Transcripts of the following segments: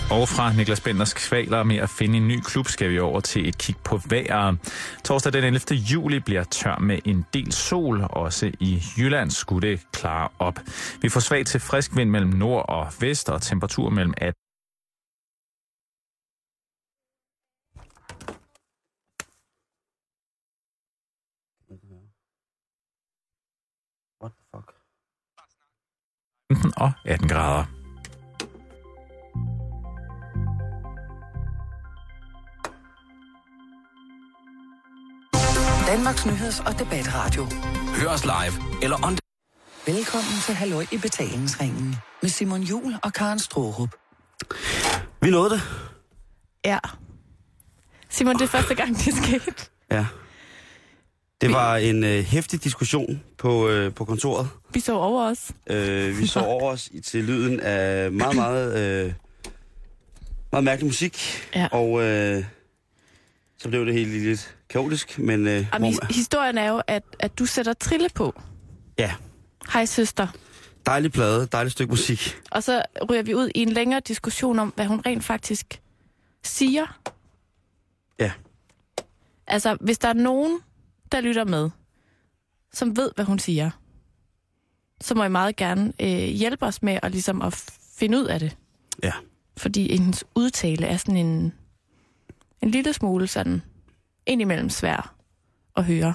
Og fra Niklas Benders kvaler med at finde en ny klub, skal vi over til et kig på vejret. Torsdag den 11. juli bliver tør med en del sol. Også i Jylland skulle det klare op. Vi får svag til frisk vind mellem nord og vest og temperatur mellem 18. What the fuck? Og 18 grader. Danmarks Nyheds- og Debatradio. Hør os live eller on. Velkommen til Halløj i betalingsringen med Simon Juhl og Karen Straarup. Vi nåede det. Ja. Simon, det er første gang, det skete. Ja. Det var en heftig diskussion på kontoret. Vi så over os. Vi så over os til lyden af meget mærkelig musik. Ja. Og så blev det helt lidt kaotisk. Men historien er jo, at du sætter trille på. Ja. Hej søster. Dejlig plade, dejligt stykke musik. Og så ryger vi ud i en længere diskussion om, hvad hun rent faktisk siger. Ja. Altså, hvis der er nogen, der lytter med, som ved, hvad hun siger, så må I meget gerne hjælpe os med at finde ud af det. Ja. Fordi hendes udtale er sådan en lille smule sådan indimellem svær at høre.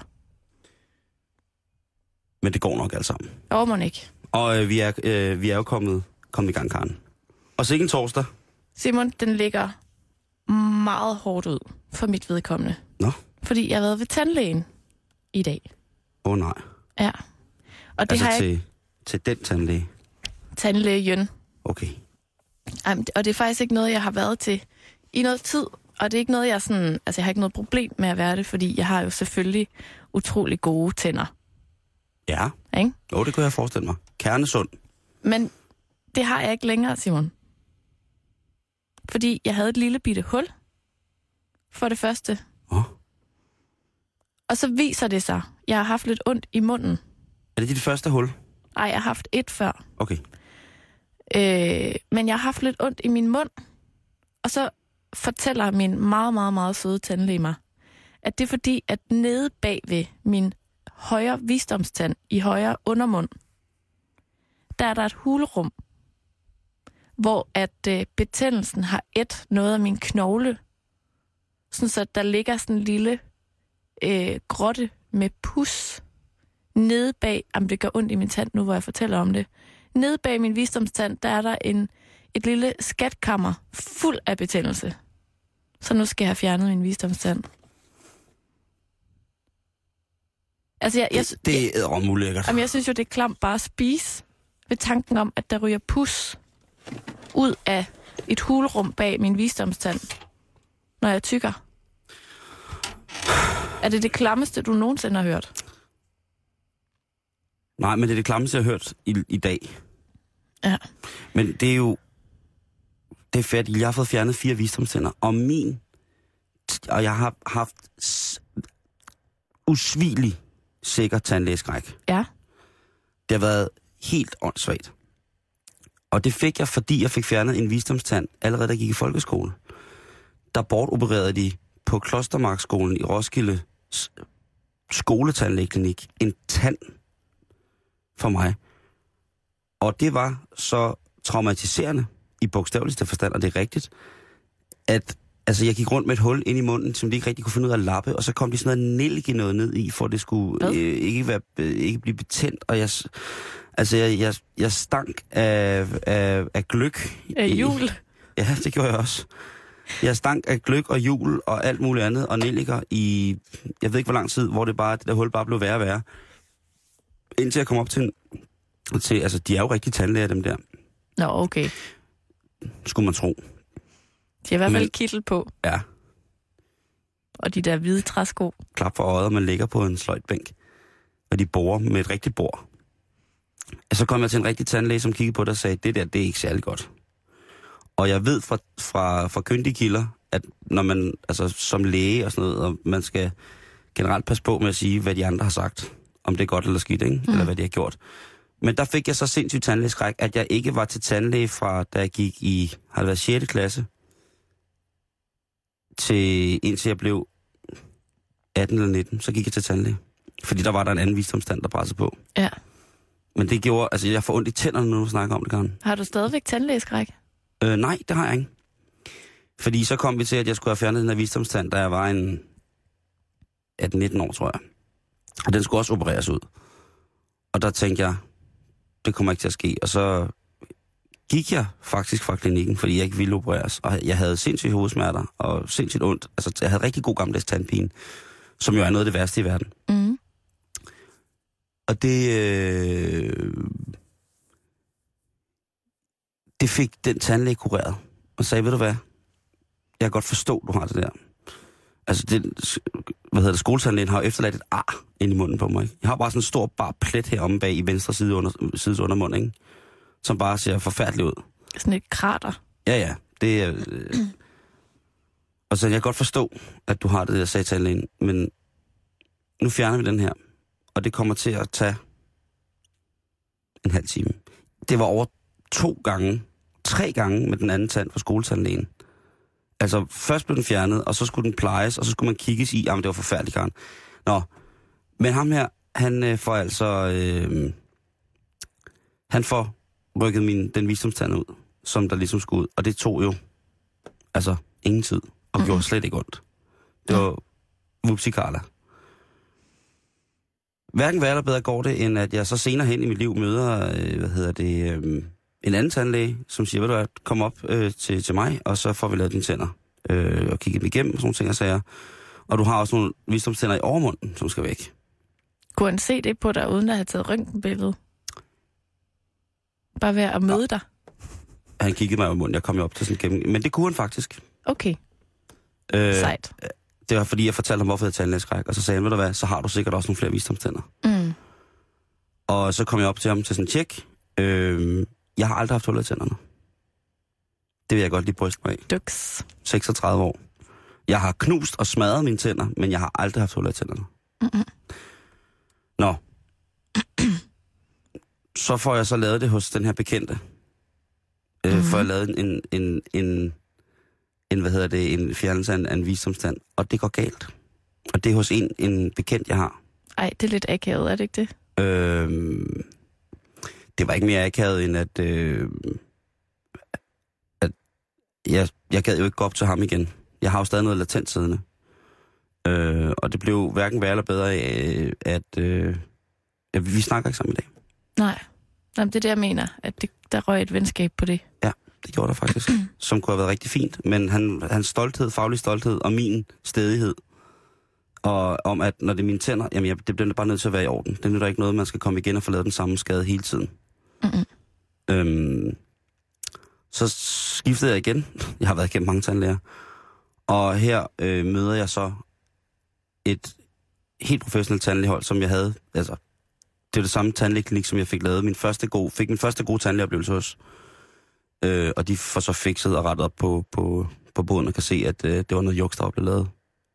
Men det går nok alt sammen. Jo, må ikke. Og vi er jo kommet i gang, Karen. Og så ikke en torsdag. Simon, den ligger meget hårdt ud for mit vedkommende. Nå. Fordi jeg har været ved tandlægen i dag. Nej. Ja. Og det altså har jeg til den tandlæge? Tandlægen. Okay. Og det er faktisk ikke noget, jeg har været til i noget tid. Og det er ikke noget, jeg har ikke noget problem med at være det, fordi jeg har jo selvfølgelig utrolig gode tænder. Ja. Ikke? Jo, det kunne jeg forestille mig. Kernesund. Men det har jeg ikke længere, Simon. Fordi jeg havde et lille bitte hul. For det første. Og så viser det sig, jeg har haft lidt ondt i munden. Er det dit første hul? Nej, jeg har haft et før. Okay. Men jeg har haft lidt ondt i min mund. Og så fortæller min meget, meget, meget søde tandlæge mig, at det er fordi, at nede bag ved min højre visdomstand i højre undermund, der er der et hulrum, hvor at betændelsen har ædt noget af min knogle, sådan så der ligger sådan en lille grotte med pus nede bag, det gør ondt i min tand nu, hvor jeg fortæller om det. Nede bag min visdomstand, der er der et lille skatkammer fuld af betændelse. Så nu skal jeg have fjernet min visdomstand. Altså, det er umulækkert. Jamen, jeg synes jo, det er klamt bare at spise ved tanken om, at der ryger pus ud af et hulrum bag min visdomstand, når jeg tykker. Er det det klammeste, du nogensinde har hørt? Nej, men det er det klammeste, jeg har hørt i dag. Ja. Men det er jo... Det er færdigt. Jeg har fået fjernet 4 visdomstænder. Og jeg har haft usvigelig sikker tandlægeskræk. Ja. Det har været helt åndssvagt. Og det fik jeg, fordi jeg fik fjernet en visdomstand, allerede da jeg gik i folkeskole. Der bortopererede de på Klostermarkskolen i Roskilde skoletandlægeklinik en tand for mig. Og det var så traumatiserende i bogstaveligste forstand, og det er rigtigt, at altså, jeg gik rundt med et hul ind i munden, som de ikke rigtig kunne finde ud af at lappe, og så kom de sådan noget nælke noget ned i, for det skulle ikke blive betændt, og jeg stank af gløk. Af jul? Ja, det gjorde jeg også. Jeg stank af gløk og jul og alt muligt andet, og nelliker i, jeg ved ikke hvor lang tid, hvor det der hul bare blev værre og værre. Indtil jeg kom op til altså de er jo rigtig tandlæger, dem der. Nå, okay. Skulle man tro. De har i hvert fald kittel på. Ja. Og de der hvide træsko. Klap for øjet, man ligger på en sløjtbænk, og de borer med et rigtigt bord. Og så kom jeg til en rigtig tandlæge, som kiggede på det og sagde, det er ikke særlig godt. Og jeg ved fra kyndige kilder, at når man, altså som læge og sådan noget, og man skal generelt passe på med at sige, hvad de andre har sagt, om det er godt eller skidt, ikke? Eller hvad de har gjort. Men der fik jeg så sindssygt tandlægeskræk, at jeg ikke var til tandlæge fra, da jeg gik i, har det været 6. klasse, indtil jeg blev 18 eller 19, så gik jeg til tandlæge. Fordi der var der en anden visdomstand, der pressede på. Ja. Men det gjorde, altså jeg får ondt i tænderne, når du snakker om det, Karen. Har du stadigvæk tandlægeskræk? Nej, det har jeg ikke. Fordi så kom vi til, at jeg skulle have fjernet den her visdomstand, da jeg var en 18-19 år, tror jeg. Og den skulle også opereres ud. Og der tænkte jeg, det kommer ikke til at ske. Og så gik jeg faktisk fra klinikken, fordi jeg ikke ville opereres. Og jeg havde sindssygt hovedsmerter og sindssygt ondt. Altså, jeg havde rigtig god gammeldags tandpine, som jo er noget af det værste i verden. Mm. Og det fik den tandlæge kureret. Og sagde, ved du hvad, jeg kan godt forstå, du har det der. Altså, skoletandlægen har jo efterladt et ar ind i munden på mig. Ikke? Jeg har bare sådan en stor bar plet heromme bag i venstre sides undermund, ikke? Som bare ser forfærdeligt ud. Sådan et krater. Ja. Det er... Og så jeg kan godt forstå, at du har det der, sagde tandlægen, men nu fjerner vi den her. Og det kommer til at tage en halv time. Det var over 3 gange med den anden tand fra skoletandlægen. Altså, først blev den fjernet, og så skulle den plejes, og så skulle man kigges i. Jamen, det var forfærdeligt, Karen. Nå, men ham her, han får altså... han får rykket den visdomstand ud, som der ligesom skulle ud. Og det tog jo, altså, ingen tid, og gjorde slet ikke ondt. Det var vupsi-karla. Hverken værre eller bedre går det, end at jeg så senere hen i mit liv møder, en anden tandlæge, som siger, ved du hvad, kom op til mig, og så får vi lavet dine tænder og kigget dem igennem, sådan nogle ting og sager. Og du har også nogle visdomstænder i overmunden, som skal væk. Kunne han se det på dig, uden at have taget røntgenbillede? Bare ved at møde dig? Han kiggede mig i munden, jeg kom jo op til sådan gennem... Men det kunne han faktisk. Okay. Sejt. Det var fordi, jeg fortalte ham, hvorfor jeg havde tandlægeskræk, og så sagde han, ved du hvad, så har du sikkert også nogle flere visdomstænder. Mm. Og så kom jeg op til ham til sådan en tjek. Jeg har aldrig haft hul i tænderne. Det vil jeg godt lige bryste mig af. Duks. 36 år. Jeg har knust og smadret mine tænder, men jeg har aldrig haft hul i tænderne. Mm-mm. Nå. Så får jeg så lavet det hos den her bekendte. For jeg lavet en fjernelse af en visdomstand. Og det går galt. Og det er hos en bekendt, jeg har. Ej, det er lidt akavet, er det ikke det? Det var ikke mere akavet, end at jeg gad jo ikke gå op til ham igen. Jeg har jo stadig noget latent siddende. Og det blev hverken værre eller bedre af, at vi snakker ikke sammen i dag. Nej. Jamen, det er det, jeg mener, at der røg et venskab på det. Ja, det gjorde der faktisk. Som kunne have været rigtig fint. Men hans stolthed, faglig stolthed og min stædighed, og om at når det er mine tænder, jamen det bliver bare nødt til at være i orden. Det nytter ikke noget, man skal komme igen og få lavet den samme skade hele tiden. Så skiftede jeg igen. Jeg har været igennem mange tandlæger. Og her møder jeg så et helt professionelt tandlægehold, som jeg havde. Altså, det var det samme tandlægeklinik, som jeg fik lavet. Min første gode tandlægeoplevelse hos. Og de får så fikset og rettet op på båden og kan se, at det var noget juks, der var blevet lavet.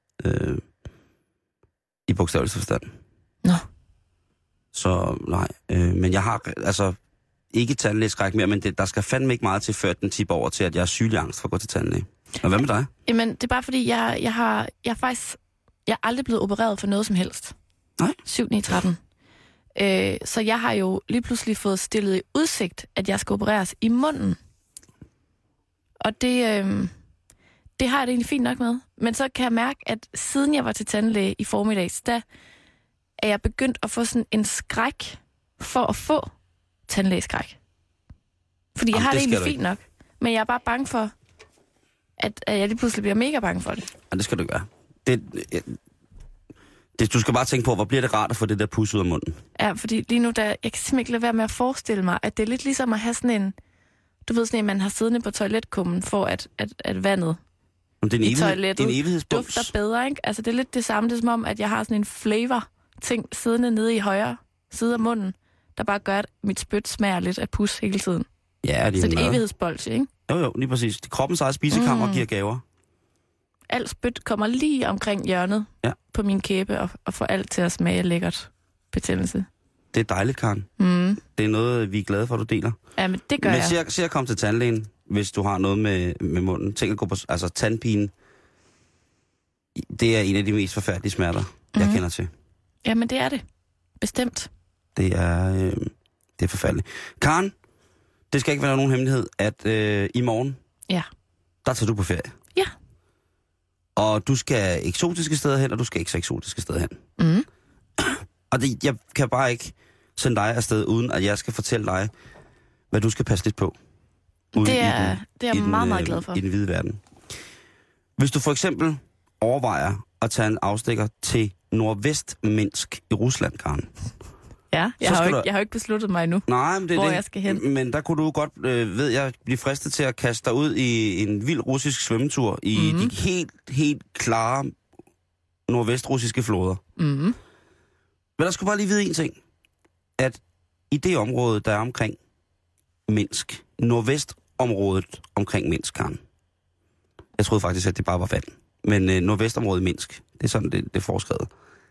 I bogstavelig forstand. Nå. Så nej. Men jeg har altså ikke tandlægeskræk mere, men der skal fandme ikke meget til, før den tipper over til, at jeg er sygelig angst for at gå til tandlæge. Og hvad med dig? Jamen, det er bare fordi, jeg er aldrig blevet opereret for noget som helst. Nej. 7-9-13. Så jeg har jo lige pludselig fået stillet i udsigt, at jeg skal opereres i munden. Og det har jeg det egentlig fint nok med. Men så kan jeg mærke, at siden jeg var til tandlæge i formiddags, der er jeg begyndt at få sådan en skræk for at få tandlægeskræk. Fordi jeg har det egentlig fint nok. Men jeg er bare bange for, at jeg lige pludselig bliver mega bange for det. Ja, det skal du ikke være. Du skal bare tænke på, hvor bliver det rart at få det der pus ud af munden. Ja, fordi lige nu, jeg kan simpelthen ikke lade være med at forestille mig, at det er lidt ligesom at have sådan en, du ved sådan en, man har siddende på toiletkummen, for at vandet i toilettet dufter bedre, ikke? Altså det er lidt det samme, det er som om, at jeg har sådan en flavor-ting siddende nede i højre side af munden, der bare gør, at mit spyt smager lidt af pus hele tiden. Ja, det er så det er evighedsbolsje, ikke? Jo, lige præcis. Kroppens eget spisekammer giver gaver. Alt spyt kommer lige omkring hjørnet på min kæbe og får alt til at smage lækkert betændelse. Det er dejligt, Karen. Mm. Det er noget, vi er glade for, at du deler. Ja, men det gør men jeg. se at komme til tandlægen, hvis du har noget med munden. Tænk at gå på, altså tandpine. Det er en af de mest forfærdelige smerter, jeg kender til. Jamen, det er det. Bestemt. Det er forfærdeligt. Karen, det skal ikke være nogen hemmelighed, at i morgen, Ja. der tager du på ferie. Ja. Og du skal eksotiske steder hen, og du skal ikke så eksotiske steder hen. Mm. Og jeg kan bare ikke sende dig afsted, uden at jeg skal fortælle dig, hvad du skal passe lidt på. Det er jeg meget, meget glad for. I den hvide verden. Hvis du for eksempel overvejer at tage en afstikker til Nordvestminsk i Rusland, Karen. Ja, jeg har jo ikke besluttet mig endnu, Nej, men det er hvor det. jeg skal hen. Men der kunne du godt, ved jeg, blive fristet til at kaste dig ud i en vild russisk svømmetur i de helt klare nordvestrussiske floder. Mm. Men der skulle bare lige vide en ting. At i det område, der er omkring Minsk, nordvestområdet omkring Minsk, Karen. Jeg troede faktisk, at det bare var vand. Men nordvestområdet i Minsk, det er sådan, det er foreskrevet.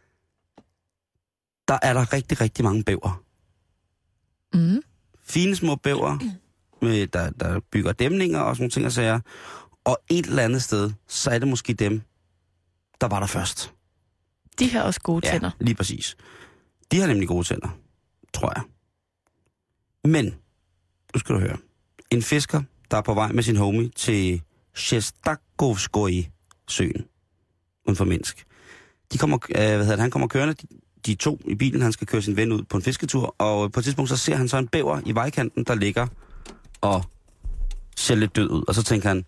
Der er der rigtig, rigtig mange bæver. Mm. Fine små bæver, der bygger dæmninger og sådan nogle ting og sager. Og et eller andet sted, så er det måske dem, der var der først. De har også gode tænder. Ja, lige præcis. De har nemlig gode tænder, tror jeg. Men, nu skal du høre. En fisker, der er på vej med sin homie til Shestakovskoye-søen uden for Minsk. Han kommer kørende, de to i bilen, han skal køre sin ven ud på en fisketur, og på et tidspunkt så ser han så en bæver i vejkanten, der ligger og ser lidt død ud. Og så tænker han,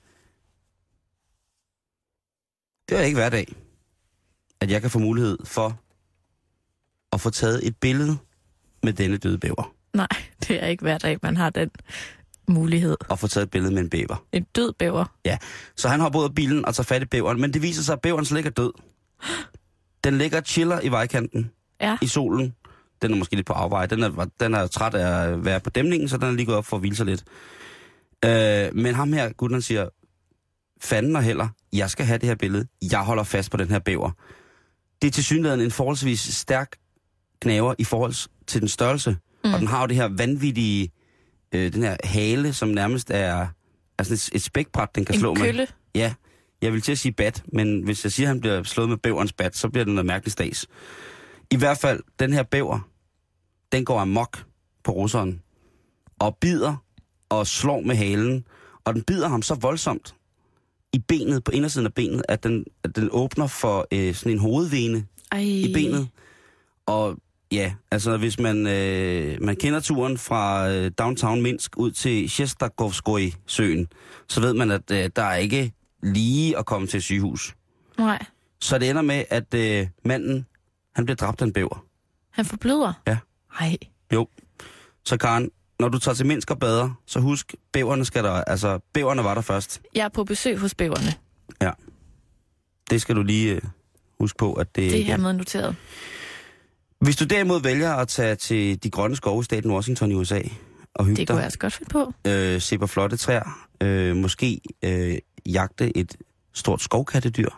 det er ikke hver dag, at jeg kan få mulighed for at få taget et billede med denne døde bæver. Nej, det er ikke hver dag, man har den mulighed. Og få taget et billede med en bæver. En død bæver? Ja, så han hopper ud af bilen og tager fat i bæveren, men det viser sig, at bæveren slet ikke er død. Den ligger og chiller i vejkanten, i solen. Den er måske lidt på afveje. Den er træt af at være på dæmningen, så den er lige gået op for at hvile sig lidt. Men ham her, gutten, siger, fanden og heller, jeg skal have det her billede. Jeg holder fast på den her bæver. Det er tilsyneladende en forholdsvis stærk gnaver i forhold til den størrelse. Og den har jo det her vanvittige, den her hale, som nærmest er sådan et spækbræt, den kan slå med. En kølle? Ja, jeg vil til at sige bat, men hvis jeg siger, at han bliver slået med bæverens bat, så bliver det noget mærkeligt stads. I hvert fald, den her bæver, den går amok på russeren, og bider og slår med halen, og den bider ham så voldsomt i benet, på indersiden af benet, at den åbner for sådan en hovedvene i benet. Og ja, altså hvis man kender turen fra downtown Minsk ud til Shestakovskoye-søen, så ved man, at der er ikke lige at komme til et sygehus. Nej. Så det ender med, at manden, han bliver dræbt af en bæver. Han forbløder? Ja. Nej. Jo. Så Karen, når du tager til Minsk og bader, så husk, bæverne var der først. Jeg er på besøg hos bæverne. Ja. Det skal du lige huske på, at det... Det er hermed noteret. Hvis du derimod vælger at tage til de grønne skove i staten Washington i USA og hygge dig... Det kunne jeg altså godt finde på. Se på flotte træer. Måske jagte et stort skovkattedyr.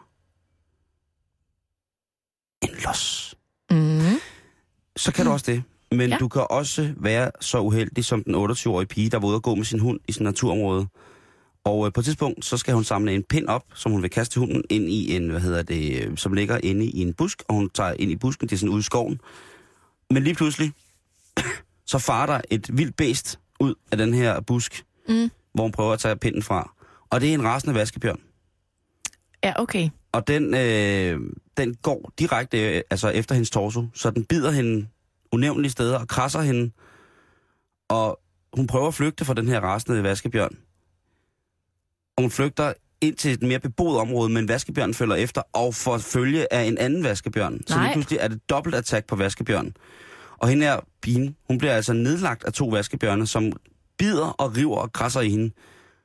En los. Så kan du også det. Men du kan også være så uheldig som den 28-årige pige, der var ude at gå med sin hund i sin naturområde. Og på et tidspunkt, så skal hun samle en pind op, som hun vil kaste hunden ind i en, som ligger inde i en busk, og hun tager ind i busken, det er sådan ude i skoven. Men lige pludselig, så farer der et vildt bæst ud af den her busk, hvor hun prøver at tage pinden fra. Og det er en rasende vaskebjørn. Ja, okay. Og den går direkte efter hendes torso, så den bider hende unævnlige steder og krasser hende. Og hun prøver at flygte fra den her rasende vaskebjørn. Og hun flygter ind til et mere beboet område, men vaskebjørnen følger efter og får følge af en anden vaskebjørn. Nej. Så lige pludselig er det dobbelt attack på vaskebjørnen. Og hende her pigen, hun bliver altså nedlagt af 2 vaskebjørne, som bider og river og krasser i hende.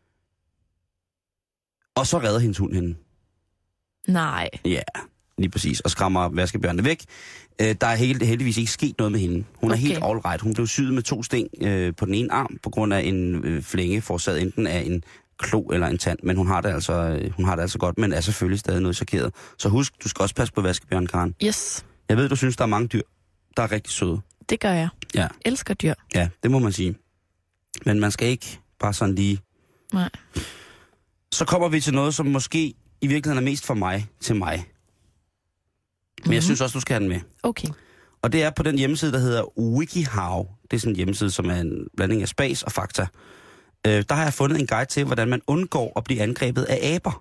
Og så redder hendes hund hende. Nej. Ja, lige præcis. Og skræmmer vaskebjørnene væk. Der er heldigvis ikke sket noget med hende. Hun er helt all right. Hun blev syet med 2 sting på den ene arm, på grund af en flænge forårsaget enten af en klo eller en tand. Men hun har det altså godt, men er selvfølgelig stadig noget chokeret. Så husk, du skal også passe på vaskebjørnen, Karen. Yes. Jeg ved, du synes, der er mange dyr, der er rigtig søde. Det gør jeg. Ja. Elsker dyr. Ja, det må man sige. Men man skal ikke bare sådan lige... Nej. Så kommer vi til noget, som måske i virkeligheden er mest for mig til mig. Men jeg synes også, du skal have den med. Okay. Og det er på den hjemmeside, der hedder WikiHow. Det er sådan en hjemmeside, som er en blanding af spas og fakta. Der har jeg fundet en guide til, hvordan man undgår at blive angrebet af aber.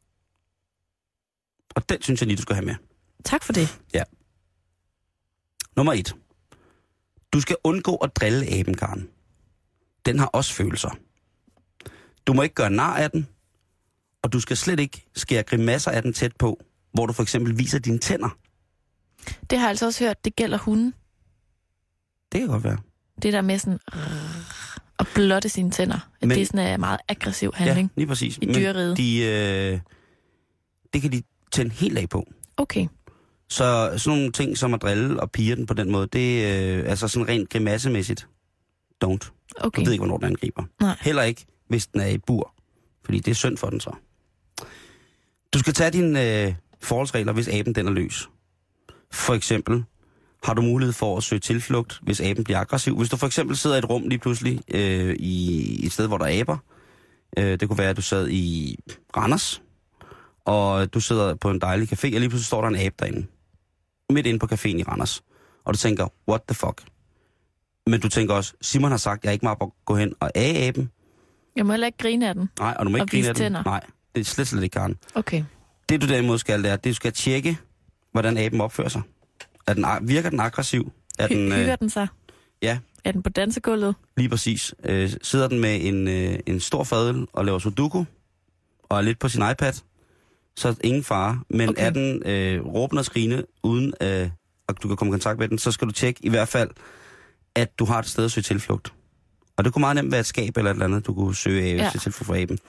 Og den synes jeg lige, du skal have med. Tak for det. Ja. Nummer 1. Du skal undgå at drille aben, Karen. Den har også følelser. Du må ikke gøre nar af den, og du skal slet ikke skære grimasser af den tæt på, hvor du for eksempel viser dine tænder. Det har jeg altså også hørt, det gælder hunden. Det kan godt være. Det der med sådan at blotte sine tænder. Men, det er sådan en meget aggressiv handling. Ja, lige præcis. I dyreriget. Det kan de tænde helt af på. Okay. Så sådan nogle ting som at drille og pige den på den måde, det er altså sådan rent grimassemæssigt. Don't. Okay. Du ved ikke, hvornår den angriber. Nej. Heller ikke, hvis den er i bur. Fordi det er synd for den så. Du skal tage dine forholdsregler, hvis aben den er løs. For eksempel har du mulighed for at søge tilflugt, hvis aben bliver aggressiv. Hvis du for eksempel sidder i et rum lige pludselig i et sted, hvor der er aber. Det kunne være, at du sad i Randers, og du sidder på en dejlig café, og lige pludselig står der en abe derinde. Midt inde på caféen i Randers. Og du tænker, what the fuck? Men du tænker også, Simon har sagt, at jeg ikke må gå hen og af aben. Jeg må heller ikke grine af den. Nej, og du må ikke grine af den. Tænder. Nej, det er slet ikke, Karen. Okay. Det du derimod skal, det er, at du skal tjekke, hvordan aben opfører sig. Virker den aggressiv? Hygger den sig? Ja. Er den på dansegulvet? Lige præcis. Sidder den med en stor fadøl og laver sudoku, og er lidt på sin iPad, så ingen fare. Men okay. Er den råbende og skrigende, uden at du kan komme i kontakt med den, så skal du tjekke i hvert fald, at du har et sted at søge tilflugt. Og det kunne meget nemt være et skab eller et eller andet, du kunne søge til tilflugt for aben.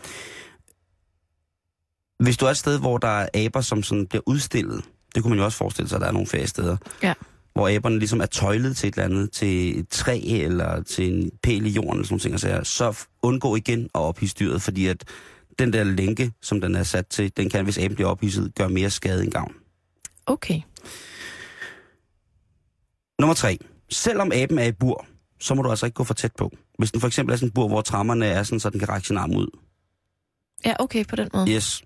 Hvis du er et sted, hvor der er aber, som sådan bliver udstillet, det kunne man jo også forestille sig, at der er nogle feriesteder, hvor aberne ligesom er tøjlet til et eller andet, til et træ eller til en pæl i jorden, eller sådan nogle ting, så undgå igen at ophidse dyret, fordi at den der lænke, som den er sat til, den kan, hvis aben bliver ophidset, gøre mere skade end gavn. Okay. Nummer 3. Selvom aben er i bur, så må du altså ikke gå for tæt på. Hvis den for eksempel er sådan en bur, hvor trammerne er sådan, så den kan række sin arm ud. Ja, okay, på den måde. Yes.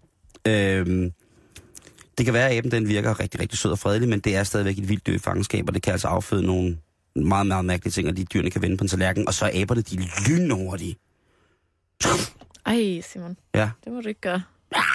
Det kan være, at aben den virker rigtig, rigtig sød og fredelig, men det er stadigvæk et vildt dyr i fangenskab, og det kan altså afføde nogle meget, meget mærkelige ting, og de dyrene kan vende på en tallerken, og så er aberne, de er lynhurtige. Ej, Simon. Ja. Det må du ikke gøre.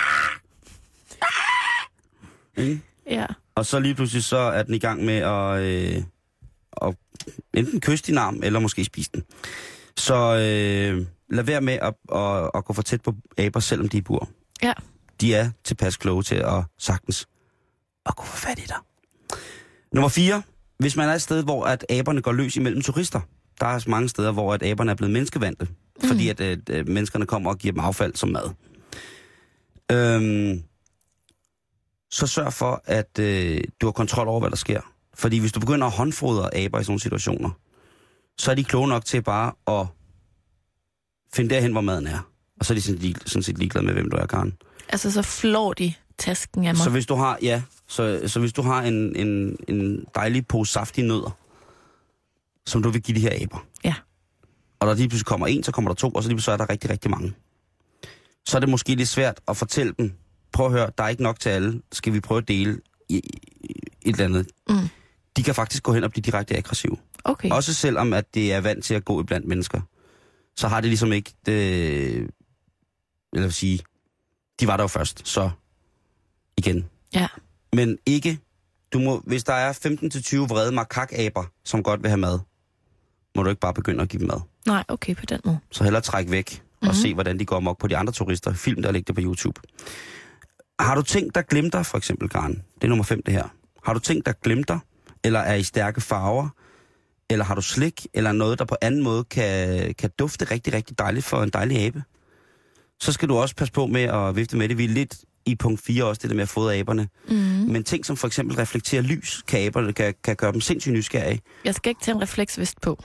Ja. Og så lige pludselig så er den i gang med at enten kysse din arm, eller måske spise den. Så lad være med at gå for tæt på aber, selvom de er i bur. Ja. De er tilpas kloge til at sagtens at kunne få fat i dig. Nummer 4. Hvis man er et sted, hvor at aberne går løs imellem turister. Der er mange steder, hvor at aberne er blevet menneskevandte. Fordi at menneskerne kommer og giver dem affald som mad. Så sørg for, at du har kontrol over, hvad der sker. Fordi hvis du begynder at håndfodre aber i sådan nogle situationer, så er de kloge nok til bare at finde derhen, hvor maden er. Og så er de sådan set ligeglade med, hvem du er, Karen. Altså, så flår de tasken af mig. Så hvis du har, så hvis du har en dejlig pose saftige nødder, som du vil give de her aber. Ja. Og der lige pludselig kommer en, så kommer der to, og så lige pludselig er der rigtig, rigtig mange. Så er det måske lidt svært at fortælle dem, prøv at høre, der er ikke nok til alle, skal vi prøve at dele i et eller andet. De kan faktisk gå hen og blive direkte aggressive. Okay. Også selvom, at det er vant til at gå iblandt mennesker. Så har det ligesom ikke det, eller sige, de var der jo først, så igen. Ja. Men ikke, hvis der er 15-20 vrede makakaber, som godt vil have mad, må du ikke bare begynde at give dem mad. Nej, okay, på den måde. Så hellere trække væk og se, hvordan de går amok på de andre turister. Film, der ligger på YouTube. Har du ting, der glimter, for eksempel, Karen? Det er nummer 5, det her. Har du ting, der glimter, eller er i stærke farver, eller har du slik, eller noget, der på anden måde kan dufte rigtig, rigtig dejligt for en dejlig abe, så skal du også passe på med at vifte med det. Vi er lidt i punkt 4 også, det der med at fodre aberne. Men ting, som for eksempel reflekterer lys, kan gøre dem sindssygt nysgerrige. Jeg skal ikke tage en refleksvest på.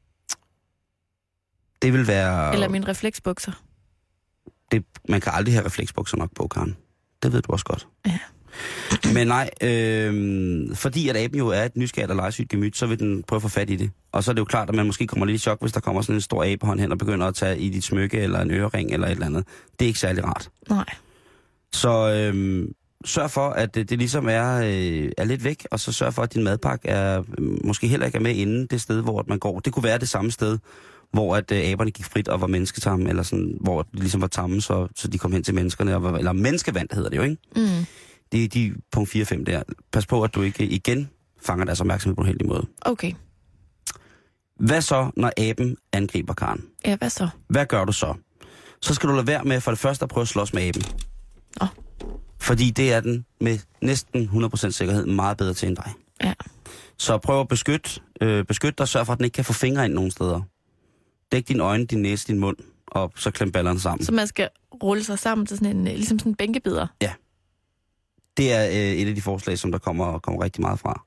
Det vil være... Eller mine refleksbukser. Man kan aldrig have refleksbukser nok på, Karen. Det ved du også godt. Ja. Men nej, fordi at aben jo er et nysgerrigt og legesygt gemyt, så vil den prøve at få fat i det. Og så er det jo klart, at man måske kommer lidt i chok, hvis der kommer sådan en stor abehånd hen og begynder at tage i dit smykke eller en ørering eller et eller andet. Det er ikke særlig rart. Nej. Så sørg for, at det ligesom er lidt væk, og så sørg for, at din madpakke måske heller ikke er med inden det sted, hvor man går. Det kunne være det samme sted, hvor at aberne gik frit og var mennesketamme, eller sådan, hvor de ligesom var tamme, så de kom hen til menneskerne, eller menneskevand hedder det jo, ikke? Mm. Det er de punkt 4 og 5 der. Pas på, at du ikke igen fanger deres opmærksomhed på en heldig måde. Okay. Hvad så, når aben angriber Karen? Ja, hvad så? Hvad gør du så? Så skal du lade være med for det første at prøve at slås med aben. Fordi det er den med næsten 100% sikkerhed meget bedre til end dig. Ja. Så prøv at beskytte dig og sørg for, at den ikke kan få fingre ind nogen steder. Dæk dine øjne, din næse, din mund, og så klem ballerne sammen. Så man skal rulle sig sammen til sådan en, ligesom sådan en bænkebider? Ja. Det er et af de forslag, som der kommer rigtig meget fra.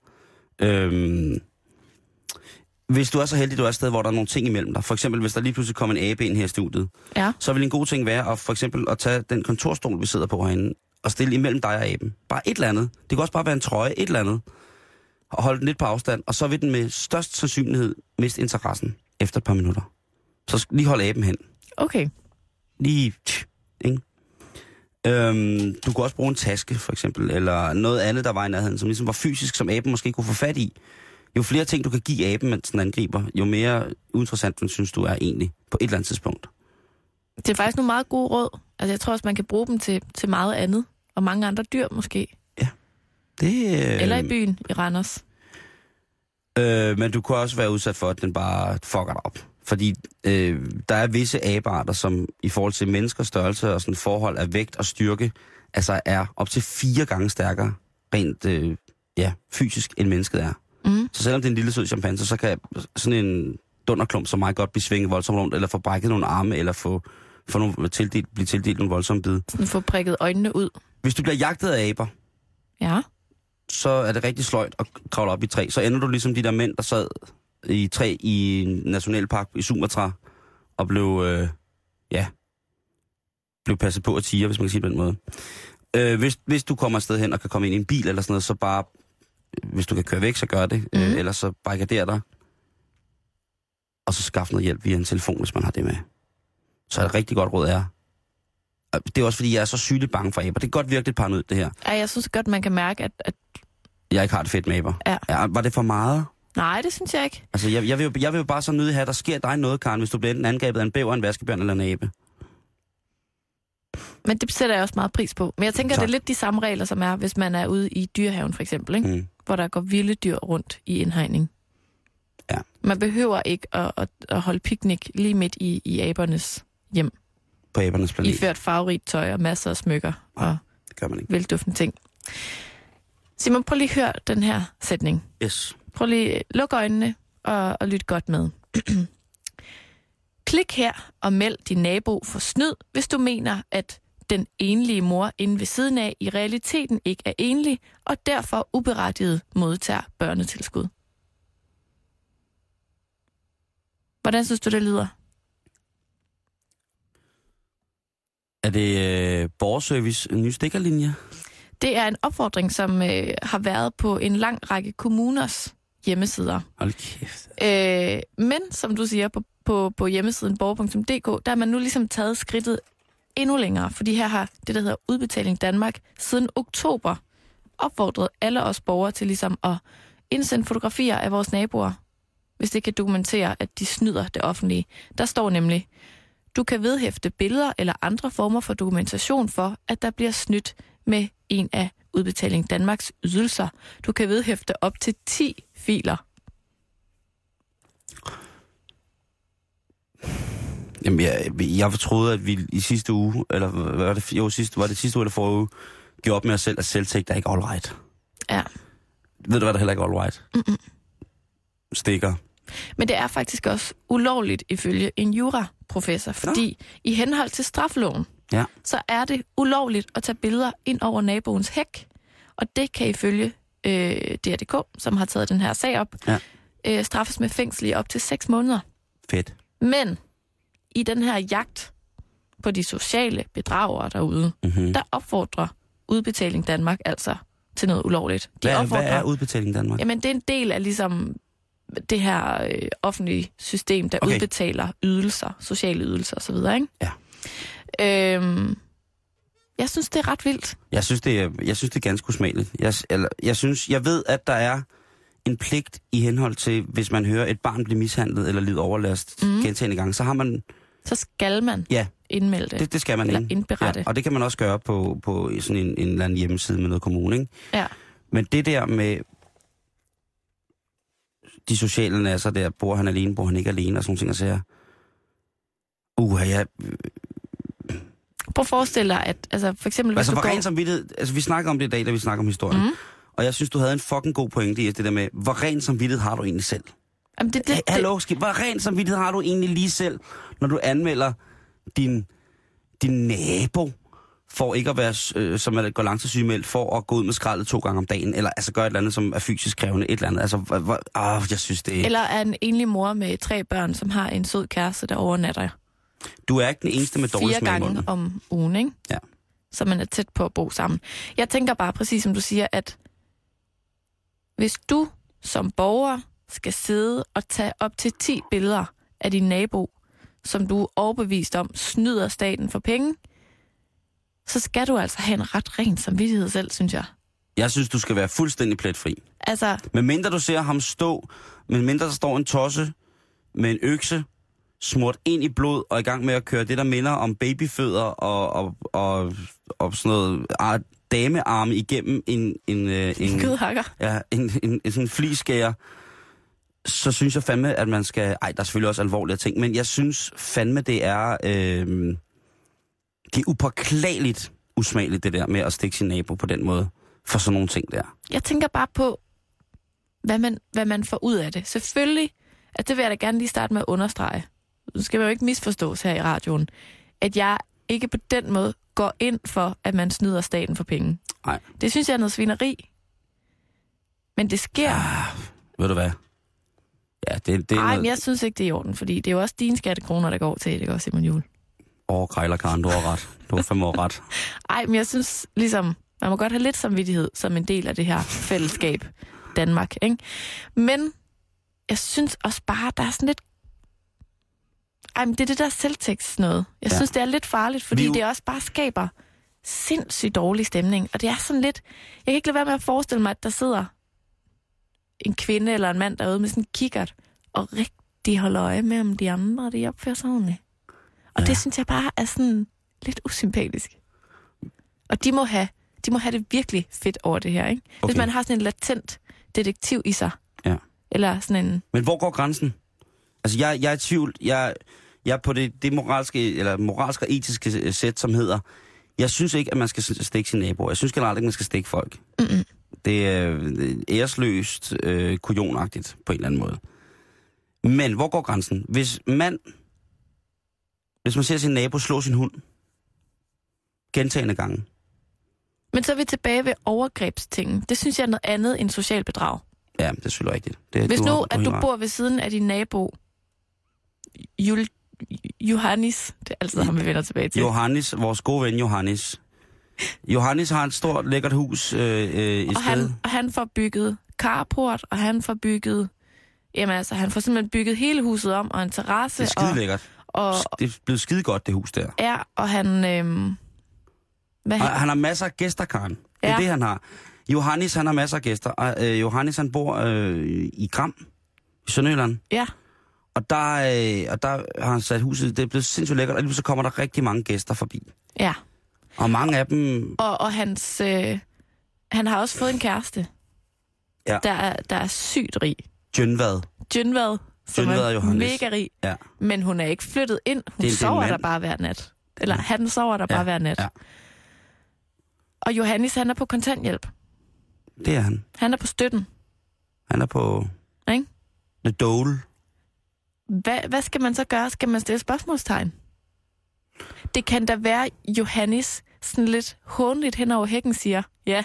Hvis du er så heldig, du er et sted, hvor der er nogle ting imellem dig. For eksempel, hvis der lige pludselig kommer en abe ind her i studiet. Ja. Så vil en god ting være for eksempel at tage den kontorstol, vi sidder på herinde, og stille imellem dig og aben. Bare et eller andet. Det kan også bare være en trøje, et eller andet. Og holde den lidt på afstand, og så vil den med størst sandsynlighed miste interessen efter et par minutter. Så lige hold aben hen. Okay. Lige, ikke? Du kunne også bruge en taske, for eksempel, eller noget andet, der var i nærheden, som ligesom var fysisk, som aben måske kunne få fat i. Jo flere ting, du kan give aben, mens den angriber, jo mere uinteressant den synes du er egentlig, på et eller andet tidspunkt. Det er faktisk nogle meget gode råd. Altså, jeg tror også, man kan bruge dem til meget andet, og mange andre dyr måske. Ja. Eller i byen, i Randers. Men du kan også være udsat for, at den bare fucker dig op. Fordi der er visse abearter, som i forhold til menneskers størrelse og sådan forhold af vægt og styrke, altså er op til 4 gange stærkere rent fysisk, end mennesket er. Mm. Så selvom det er en lille sød chimpanse, så kan sådan en dunderklump som mig godt blive svinget voldsomt rundt, eller få brækket nogle arme, eller blive tildelt nogle voldsomme bid. Sådan få prikket øjnene ud. Hvis du bliver jagtet af aber, ja, så er det rigtig sløjt at kravle op i træ. Så ender du ligesom de der mænd, der sad i træ i en nationalpark i Sumatra, og blev passet på af tiger, hvis man kan sige det på den måde. Hvis du kommer et sted hen og kan komme ind i en bil eller sådan noget, så bare, hvis du kan køre væk, så gør det. Ellers så barrikader dig. Og så skaff noget hjælp via en telefon, hvis man har det med. Så et rigtig godt råd er, det er også fordi, jeg er så sygeligt bange for aber. Det kan godt virke lidt paranoid, det her. Ja, jeg synes godt, man kan mærke, at jeg ikke har det fedt med aber. Ja, var det for meget? Nej, det synes jeg ikke. Altså, jeg vil jo bare så nødig have, at der sker dig noget, Karen, hvis du bliver enten angrebet af en bæver, en vaskebjørn eller en abe. Men det sætter jeg også meget pris på. Men jeg tænker, det er lidt de samme regler, som er, hvis man er ude i dyrehaven for eksempel, ikke? Mm. Hvor der går vilde dyr rundt i indhegning. Ja. Man behøver ikke at holde piknik lige midt i abernes hjem. På abernes planet. Iført farverigt tøj og masser af smykker og det gør man ikke. velduftende ting. Simon, prøv lige at høre den her sætning. Yes. Prøv lige at lukke øjnene og lyt godt med. Klik her og meld din nabo for snyd, hvis du mener, at den enlige mor inde ved siden af i realiteten ikke er enlig, og derfor uberettiget modtager børnetilskud. Hvordan synes du, det lyder? Er det borgerservice nye stikkerlinje? Det er en opfordring, som har været på en lang række kommuners hjemmesider. Hold kæft. Men, som du siger, på hjemmesiden borger.dk, der har man nu ligesom taget skridtet endnu længere, fordi her har det, der hedder Udbetaling Danmark, siden oktober opfordret alle os borgere til ligesom at indsende fotografier af vores naboer, hvis det kan dokumentere, at de snyder det offentlige. Der står nemlig, du kan vedhæfte billeder eller andre former for dokumentation for, at der bliver snydt med en af Udbetaling Danmarks ydelser. Du kan vedhæfte op til 10 filer. Jamen, jeg troede, at vi i sidste uge, eller var det sidste uge eller forrige uge, gjorde op med os selv, at selvtægt er ikke all right. Ja. Ved du, hvad der heller ikke er all right? Mm-mm. Stikker. Men det er faktisk også ulovligt ifølge en juraprofessor, fordi i henhold til straffeloven, så er det ulovligt at tage billeder ind over naboens hæk, og det kan ifølge DRDK, som har taget den her sag op, straffes med fængsel i op til 6 måneder. Fedt. Men i den her jagt på de sociale bedragere derude, der opfordrer Udbetaling Danmark altså til noget ulovligt. Hvad er Udbetaling Danmark? Jamen, det er en del af ligesom det her offentlige system, der udbetaler ydelser, sociale ydelser osv., ikke? Ja. Jeg synes, det er ret vildt. Jeg synes, det er ganske usmageligt. Jeg ved, at der er en pligt i henhold til, hvis man hører et barn blive mishandlet eller lide overlast gentagne gange, så har man... Så skal man indmelde det. Det skal man eller indberette. Ja, og det kan man også gøre på sådan en eller anden hjemmeside med noget kommune, ikke? Ja. Men det der med de sociale nasser der, bor han alene, bor han ikke alene, og sådan ting, og siger, Prøv at forestille dig, at altså, for eksempel, hvis du går... ren samvittighed, altså vi snakker om det i dag, da vi snakker om historien, og jeg synes, du havde en fucking god pointe i det der med, hvor ren samvittighed har du egentlig selv? Jamen, Hallo, hvor ren samvittighed har du egentlig lige selv, når du anmelder din nabo for ikke at være, som går langtidssygemeldt, for at gå ud med skraldet 2 gange om dagen, eller altså gøre et eller andet, som er fysisk krævende, et eller andet. Altså, jeg synes det... Eller er en enlig mor med 3 børn, som har en sød kæreste, der overnatter. Du er ikke den eneste med dårlig smag i munden. 4 gange om ugen, ikke? Ja. Så man er tæt på at bo sammen. Jeg tænker bare præcis, som du siger, at hvis du som borger skal sidde og tage op til 10 billeder af din nabo, som du er overbevist om snyder staten for penge, så skal du altså have en ret ren samvittighed selv, synes jeg. Jeg synes, du skal være fuldstændig pletfri. Altså... Men mindre du ser ham stå, men mindre der står en tosse med en økse, smurt ind i blod og i gang med at køre det, der minder om babyfødder og sådan noget damearme igennem en kødhakker. Ja, en sådan flisskærer, så synes jeg fandme, at man skal... Ej, der er selvfølgelig også alvorlige ting, men jeg synes fandme, det er... det er upåklageligt usmageligt, det der med at stikke sin nabo på den måde, for sådan nogle ting der. Jeg tænker bare på, hvad man får ud af det. Selvfølgelig, at det vil jeg da gerne lige starte med at understrege. Nu skal man jo ikke misforstås her i radioen, at jeg ikke på den måde går ind for, at man snyder staten for penge. Nej. Det synes jeg er noget svineri. Men det sker. Ja, ved du hvad? Ja, det er nej, noget... men jeg synes ikke, det er i orden, fordi det er jo også dine skattekroner, der går til, det går Simon Juhl. Krejler Karen, du har ret. Du har 5 år ret. Ej, men jeg synes ligesom, man må godt have lidt samvittighed som en del af det her fællesskab Danmark, ikke? Men jeg synes også bare, der er sådan lidt... Ej, men det er det der selvtekst noget. Jeg synes, det er lidt farligt, fordi det også bare skaber sindssygt dårlig stemning. Og det er sådan lidt... Jeg kan ikke lade være med at forestille mig, at der sidder en kvinde eller en mand derude med sådan en kikkert og rigtig holder øje med, om de andre, de opfører sig ordentligt. Og det synes jeg bare er sådan lidt usympatisk. Og de må have det virkelig fedt over det her, ikke? Okay. Hvis man har sådan en latent detektiv i sig. Ja. Eller sådan en... Men hvor går grænsen? Altså, jeg er i tvivl. Jeg er på det moralske og etiske sæt, som hedder... Jeg synes ikke, at man skal stikke sin naboer. Jeg synes generelt ikke, at man skal stikke folk. Mm-mm. Det er æresløst, kujonagtigt på en eller anden måde. Men hvor går grænsen? Hvis man ser sin nabo slå sin hund gentagne gange. Men så er vi tilbage ved overgrebstingen. Det synes jeg er noget andet end social bedrag. Ja, det er selvfølgelig rigtigt. Hvis nu, at du bor ved siden af din nabo, Johannes, det er altid ham, vi vender tilbage til. Johannes, vores gode ven Johannes. Johannes har et stort, lækkert hus i stedet. Og han får bygget carport, og han får bygget... Jamen altså, han får simpelthen bygget hele huset om, og en terrasse. Det er skide lækkert. Det er blevet skide godt, det hus der. Ja, og han... Han har masser af gæster, Karen. Det er det, han har. Johannes, han har masser af gæster. Og Johannes, han bor i Gram, i Sønderjylland. Ja. Og der har han sat huset, det er blevet sindssygt lækkert, og lige så kommer der rigtig mange gæster forbi. Ja. Og mange af dem... Og han har også fået en kæreste, der er sygt rig. Djønvad, som er Johannes. Mega rig. Ja. Men hun er ikke flyttet ind. Hun sover der bare hver nat. Eller han sover der bare hver nat. Ja. Og Johannes, han er på kontanthjælp. Det er han. Han er på støtten. Han er på... Ikke? The dole. Hvad skal man så gøre? Skal man stille spørgsmålstegn? Det kan da være, Johannes sådan lidt hånligt hen over hækken siger, ja.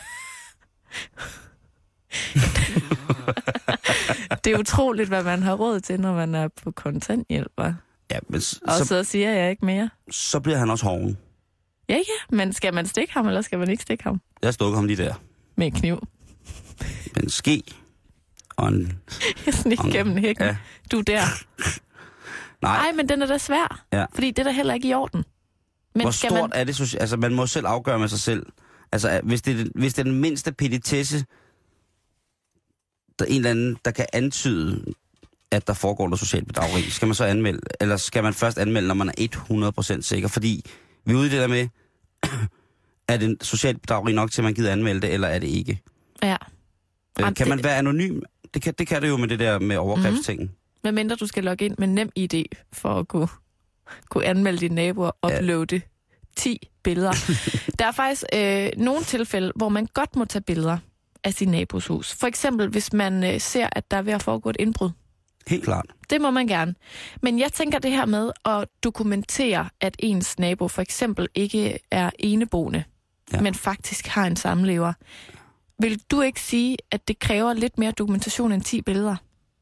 Det er utroligt, hvad man har råd til, når man er på kontanthjælp, hva'? Ja, men så siger jeg ikke mere. Så bliver han også hoven. Ja, men skal man stikke ham, eller skal man ikke stikke ham? Jeg stukker ham lige der. Med en kniv. Med en ske og en... Jeg snikker gennem hækken. Ja. Du er der. Nej, men den er da svær. Ja. Fordi det er da heller ikke i orden. Men hvor stort er det? Altså, man må selv afgøre med sig selv. Altså, hvis det er den mindste petitesse, der en eller anden, der kan antyde, at der foregår noget socialt bedrageri, skal man så anmelde? Eller skal man først anmelde, når man er 100% sikker? Fordi vi er ude i det der med, er det socialt bedrageri nok til, at man gider anmelde det, eller er det ikke? Ja. Kan man være anonym? Det kan det jo med det der med overgrebstingen. Hvad mindre du skal logge ind med nem ID for at kunne anmelde dine naboer og uploade 10 billeder. Der er faktisk nogle tilfælde, hvor man godt må tage billeder af sin nabos hus. For eksempel, hvis man ser, at der er ved at foregå et indbrud. Helt klart. Det må man gerne. Men jeg tænker det her med at dokumentere, at ens nabo for eksempel ikke er eneboende, men faktisk har en samlever. Vil du ikke sige, at det kræver lidt mere dokumentation end 10 billeder?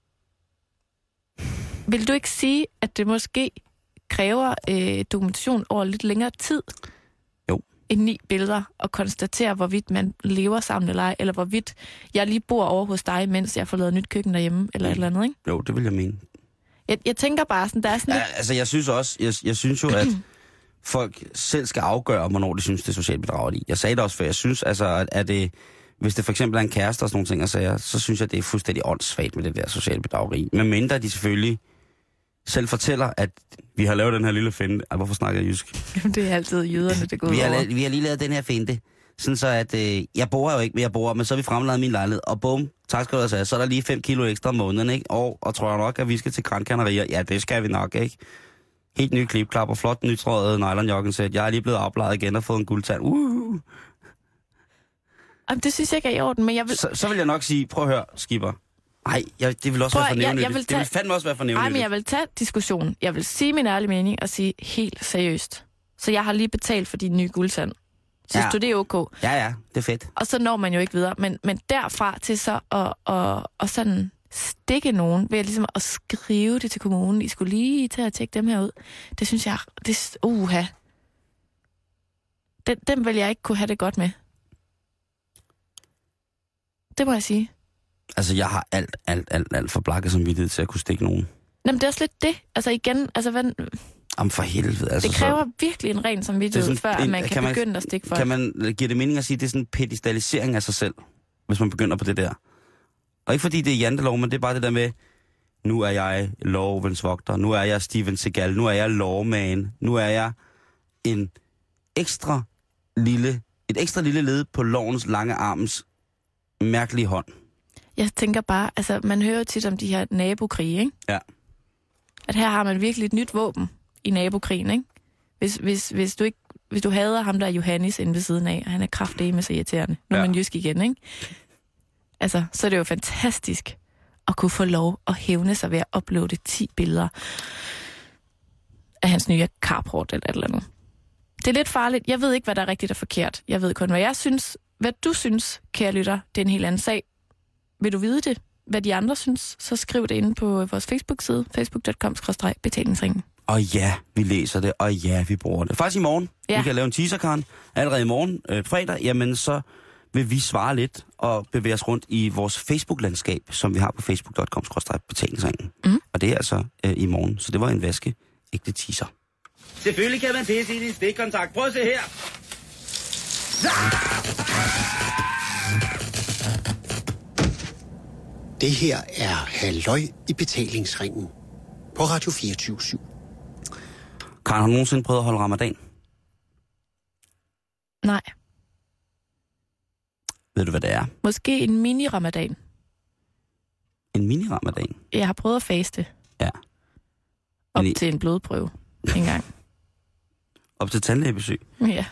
Vil du ikke sige, at det måske kræver dokumentation over lidt længere tid? Jo. End 9 billeder, og konstatere, hvorvidt man lever sammen eller ej, eller hvorvidt jeg lige bor over hos dig, mens jeg får lavet nyt køkken derhjemme, eller et eller andet, ikke? Jo, det vil jeg mene. Jeg tænker bare sådan, der er sådan lidt... Altså, jeg synes jo, at folk selv skal afgøre, hvornår de synes, det er socialt bedrageri. Jeg sagde det også før. Jeg synes, altså, at det... Hvis det for eksempel er en kæreste og sådan nogle ting, så synes jeg, det er fuldstændig åndssvagt med det der sociale bedrageri. Men mindre de selvfølgelig selv fortæller, at vi har lavet den her lille finte. Hvorfor snakker jeg jysk? Jamen, det er altid jyderne, det går over. Vi har lige lavet den her finte. Sådan så, at jeg bor jo ikke, men så har vi fremladet min lejlighed. Og bum, tak skal du have. Så er der lige 5 kilo ekstra om måneden, ikke? Og tror jeg nok, at vi skal til Gran Canaria. Ja, det skal vi nok, ikke? Helt ny klipklapper, flot nytrøjet nylonjakkensæt. Jeg er lige blevet oplejet igen og fået en guldtand. Jamen, det synes jeg ikke er i orden, men jeg vil... Så vil jeg nok sige, prøv at høre, skipper. Nej, det vil også være for nævnligt. Det vil fandme også være for nævnligt. Nej, men jeg vil tage diskussionen. Jeg vil sige min ærlige mening og sige helt seriøst. Så jeg har lige betalt for din nye guldtand. Synes du, det er ok? Ja, det er fedt. Og så når man jo ikke videre. Men derfra til så at sådan stikke nogen, ved ligesom at skrive det til kommunen. I skulle lige til at tjekke dem her ud. Det synes jeg... Den vil jeg ikke kunne have det godt med. Det må jeg sige. Altså, jeg har alt for blakket samvittighed til at kunne stikke nogen. Jamen, det er også lidt det. Altså igen, Jamen for helvede. Altså, det kræver virkelig en ren samvittighed, før at man kan begynde at stikke folk. Kan man give det mening at sige, at det er sådan en pedestalisering af sig selv, hvis man begynder på det der? Og ikke fordi det er jantelov, men det er bare det der med, nu er jeg lovens vogter, nu er jeg Steven Seagal, nu er jeg lawman, nu er jeg et ekstra lille led på lovens lange arms mærkelige hånd. Jeg tænker bare, altså man hører tit om de her nabokrige, ikke? Ja. At her har man virkelig et nyt våben i nabokrigen, ikke? Hvis du hader ham, der er Johannes inde ved siden af, og han er kraftedeme så irriterende. Nu er man jysk igen, ikke? Altså, så er det jo fantastisk at kunne få lov at hævne sig ved at uploade 10 billeder af hans nye carport eller et eller andet. Det er lidt farligt. Jeg ved ikke, hvad der er rigtigt og forkert. Jeg ved kun, hvad jeg synes. Hvad du synes, kære lytter, det er en helt anden sag. Vil du vide det? Hvad de andre synes, så skriv det inde på vores Facebook-side, facebook.com/betalingsringen. Og ja, vi læser det, og ja, vi bruger det. Faktisk i morgen. Vi kan lave en teaser, Karen. Allerede i morgen, fredag, jamen så vil vi svare lidt og bevæge os rundt i vores Facebook-landskab, som vi har på facebook.com/betalingsringen. Og det er altså i morgen, så det var en ægte teaser. Selvfølgelig kan man pisse i din stikkontakt. Prøv at se her. Det her er Halløj i betalingsringen på Radio 24/7. Karen, har du nogensinde prøvet at holde ramadan? Nej. Ved du, hvad det er? Måske en mini-ramadan. En mini-ramadan? Jeg har prøvet at faste. Ja. Op til en blodprøve en gang. Op til tandlægebesøg? Ja.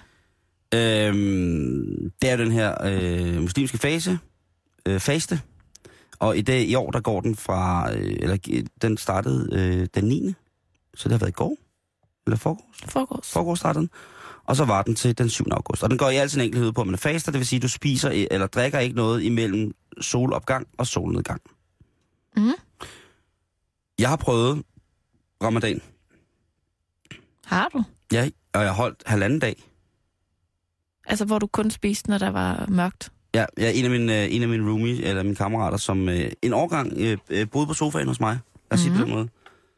Det er den her muslimske faste. Og i år, der går den fra, den startede den 9. Så det har været i går? Eller forgårs? Forgårs startede den. Og så var den til den 7. august. Og den går i al sin enkelhed på, at man faster, det vil sige, at du spiser eller drikker ikke noget imellem solopgang og solnedgang. Mm. Jeg har prøvet ramadan. Har du? Ja, og jeg har holdt 1,5 dag. Altså, hvor du kun spiste, når der var mørkt? Ja, en af mine roomie, eller mine kammerater, som en årgang boede på sofaen hos mig. Lad os sige på den måde.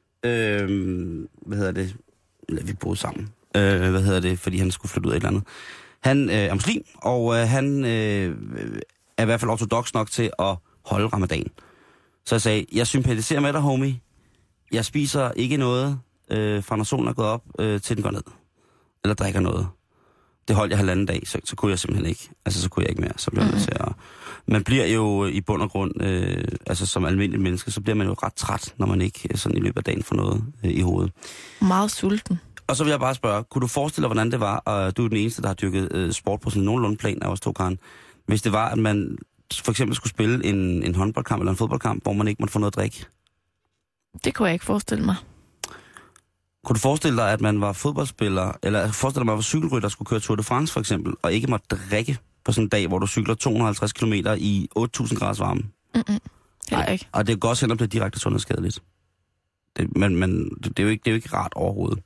Eller vi boede sammen. Fordi han skulle flytte ud af et eller andet. Han er muslim, og han er i hvert fald ortodox nok til at holde ramadan. Så jeg sagde, jeg sympatiserer med dig, homie. Jeg spiser ikke noget, fra når solen er gået op, til den går ned. Eller drikker noget. Det holdt jeg 1,5 dag, så kunne jeg simpelthen ikke. Altså, så kunne jeg ikke mere. Så blev jeg til at... Man bliver jo i bund og grund, altså som almindelig menneske, så bliver man jo ret træt, når man ikke sådan i løbet af dagen får noget i hovedet. Meget sulten. Og så vil jeg bare spørge, kunne du forestille dig, hvordan det var, og du er den eneste, der har dyrket sport på sådan nogenlunde plan af os to, Karen, hvis det var, at man for eksempel skulle spille en håndboldkamp eller en fodboldkamp, hvor man ikke måtte få noget at drikke? Det kunne jeg ikke forestille mig. Kunne du forestille dig, at man var fodboldspiller, eller forestille dig, at man var cykelrytter, der skulle køre Tour de France for eksempel, og ikke måtte drikke på sådan en dag, hvor du cykler 250 km i 8.000 graders varme? Heller ikke. Og det er godt, at det bliver direkte sundhedsskadeligt. Men det er jo ikke rart overhovedet.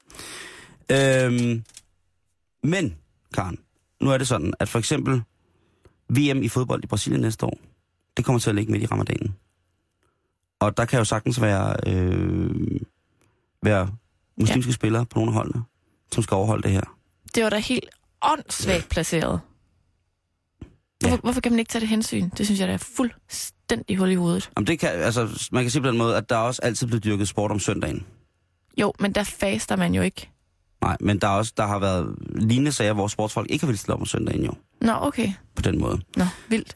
Men, Karen, nu er det sådan, at for eksempel VM i fodbold i Brasilien næste år, det kommer til at ligge midt i ramadanen. Og der kan jo sagtens være muslimske spillere på nogle af holdene, som skal overholde det her. Det var da helt åndssvagt placeret. Hvorfor kan man ikke tage det hensyn? Det synes jeg, der er fuldstændig hul i hovedet. Jamen det kan, altså, man kan sige på den måde, at der også altid bliver dyrket sport om søndagen. Jo, men der faster man jo ikke. Nej, men der har været lignende sager, hvor sportsfolk ikke har vildt stille op om søndagen jo. Nå, okay. På den måde. Nå, vildt.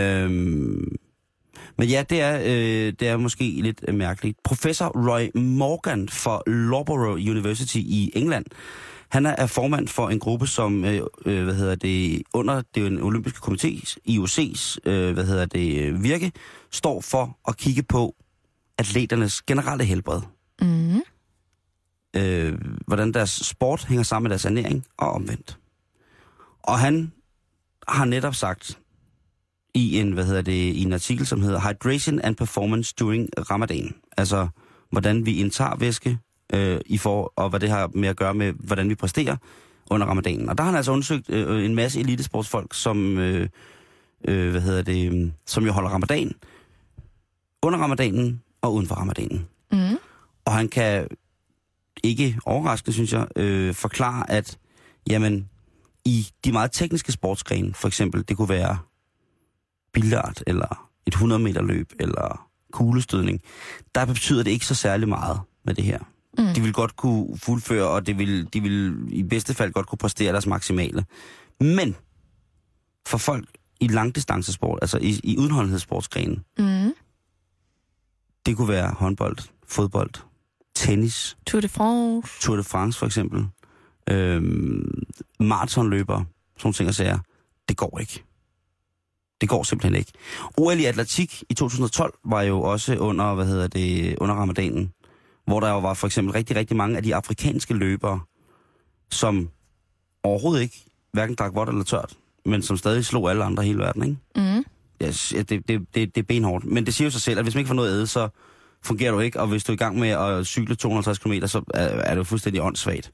Men ja, det er måske lidt mærkeligt. Professor Roy Morgan for Loughborough University i England, han er formand for en gruppe, som under det olympiske komité, IOC's virke, står for at kigge på atleternes generelle helbred. Hvordan deres sport hænger sammen med deres ernæring og omvendt. Og han har netop sagt i en artikel, som hedder Hydration and Performance During Ramadan. Altså, hvordan vi indtager væske, og hvad det har med at gøre med, hvordan vi præsterer under ramadanen. Og der har han altså undersøgt en masse elitesportsfolk, som som jo holder ramadan under ramadanen og uden for ramadanen. Og han kan ikke overraskende, synes jeg, forklare, at jamen, i de meget tekniske sportsgrene, for eksempel, det kunne være billard, eller et 100-meter løb, eller kuglestødning, der betyder det ikke så særlig meget med det her. De vil godt kunne fuldføre, og de vil i bedste fald godt kunne præstere deres maksimale. Men for folk i langdistancesport, altså i udholdenhedssportsgrenen, det kunne være håndbold, fodbold, tennis. Tour de France for eksempel. Maratonløber, sådan ting og sager. Det går ikke. Det går simpelthen ikke. OL i atletik i 2012 var jo også under, under ramadanen, hvor der jo var for eksempel rigtig, rigtig mange af de afrikanske løbere, som overhovedet ikke hverken drak vådt eller tørt, men som stadig slog alle andre i hele verden, ikke? Yes, det er benhårdt. Men det siger jo sig selv, at hvis man ikke får noget at æde, så fungerer du ikke, og hvis du er i gang med at cykle 250 km, så er det jo fuldstændig åndssvagt.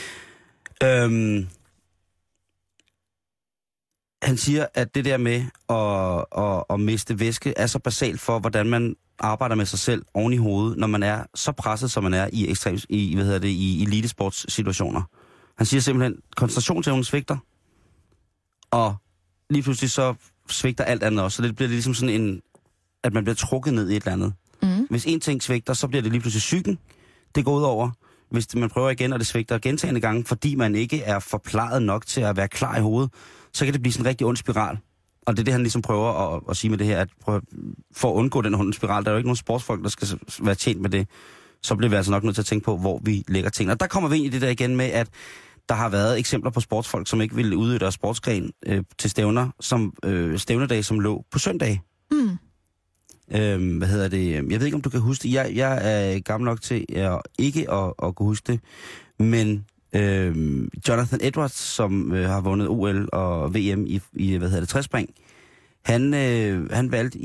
Han siger, at det der med at miste væske er så basalt for, hvordan man arbejder med sig selv oven i hovedet, når man er så presset, som man er i elitesportssituationer. Han siger simpelthen, koncentrationsevnen svigter, og lige pludselig så svigter alt andet også. Så det bliver ligesom sådan at man bliver trukket ned i et eller andet. Hvis en ting svigter, så bliver det lige pludselig psyken, det går ud over. Hvis man prøver igen, og det svigter gentagne gange, fordi man ikke er forplejet nok til at være klar i hovedet, så kan det blive sådan en rigtig ond spiral. Og det er det, han ligesom prøver at sige med det her, at for at undgå den onde spiral, der er jo ikke nogen sportsfolk, der skal være tjent med det, så bliver vi altså nok nødt til at tænke på, hvor vi lægger tingene. Og der kommer vi ind i det der igen med, at der har været eksempler på sportsfolk, som ikke ville udøve deres sportsgren til stævner, som stævnedage, som lå på søndag. Jeg ved ikke, om du kan huske det. Jeg er gammel nok til ikke at kunne huske det, men Jonathan Edwards, som har vundet OL og VM i træspring, han valgte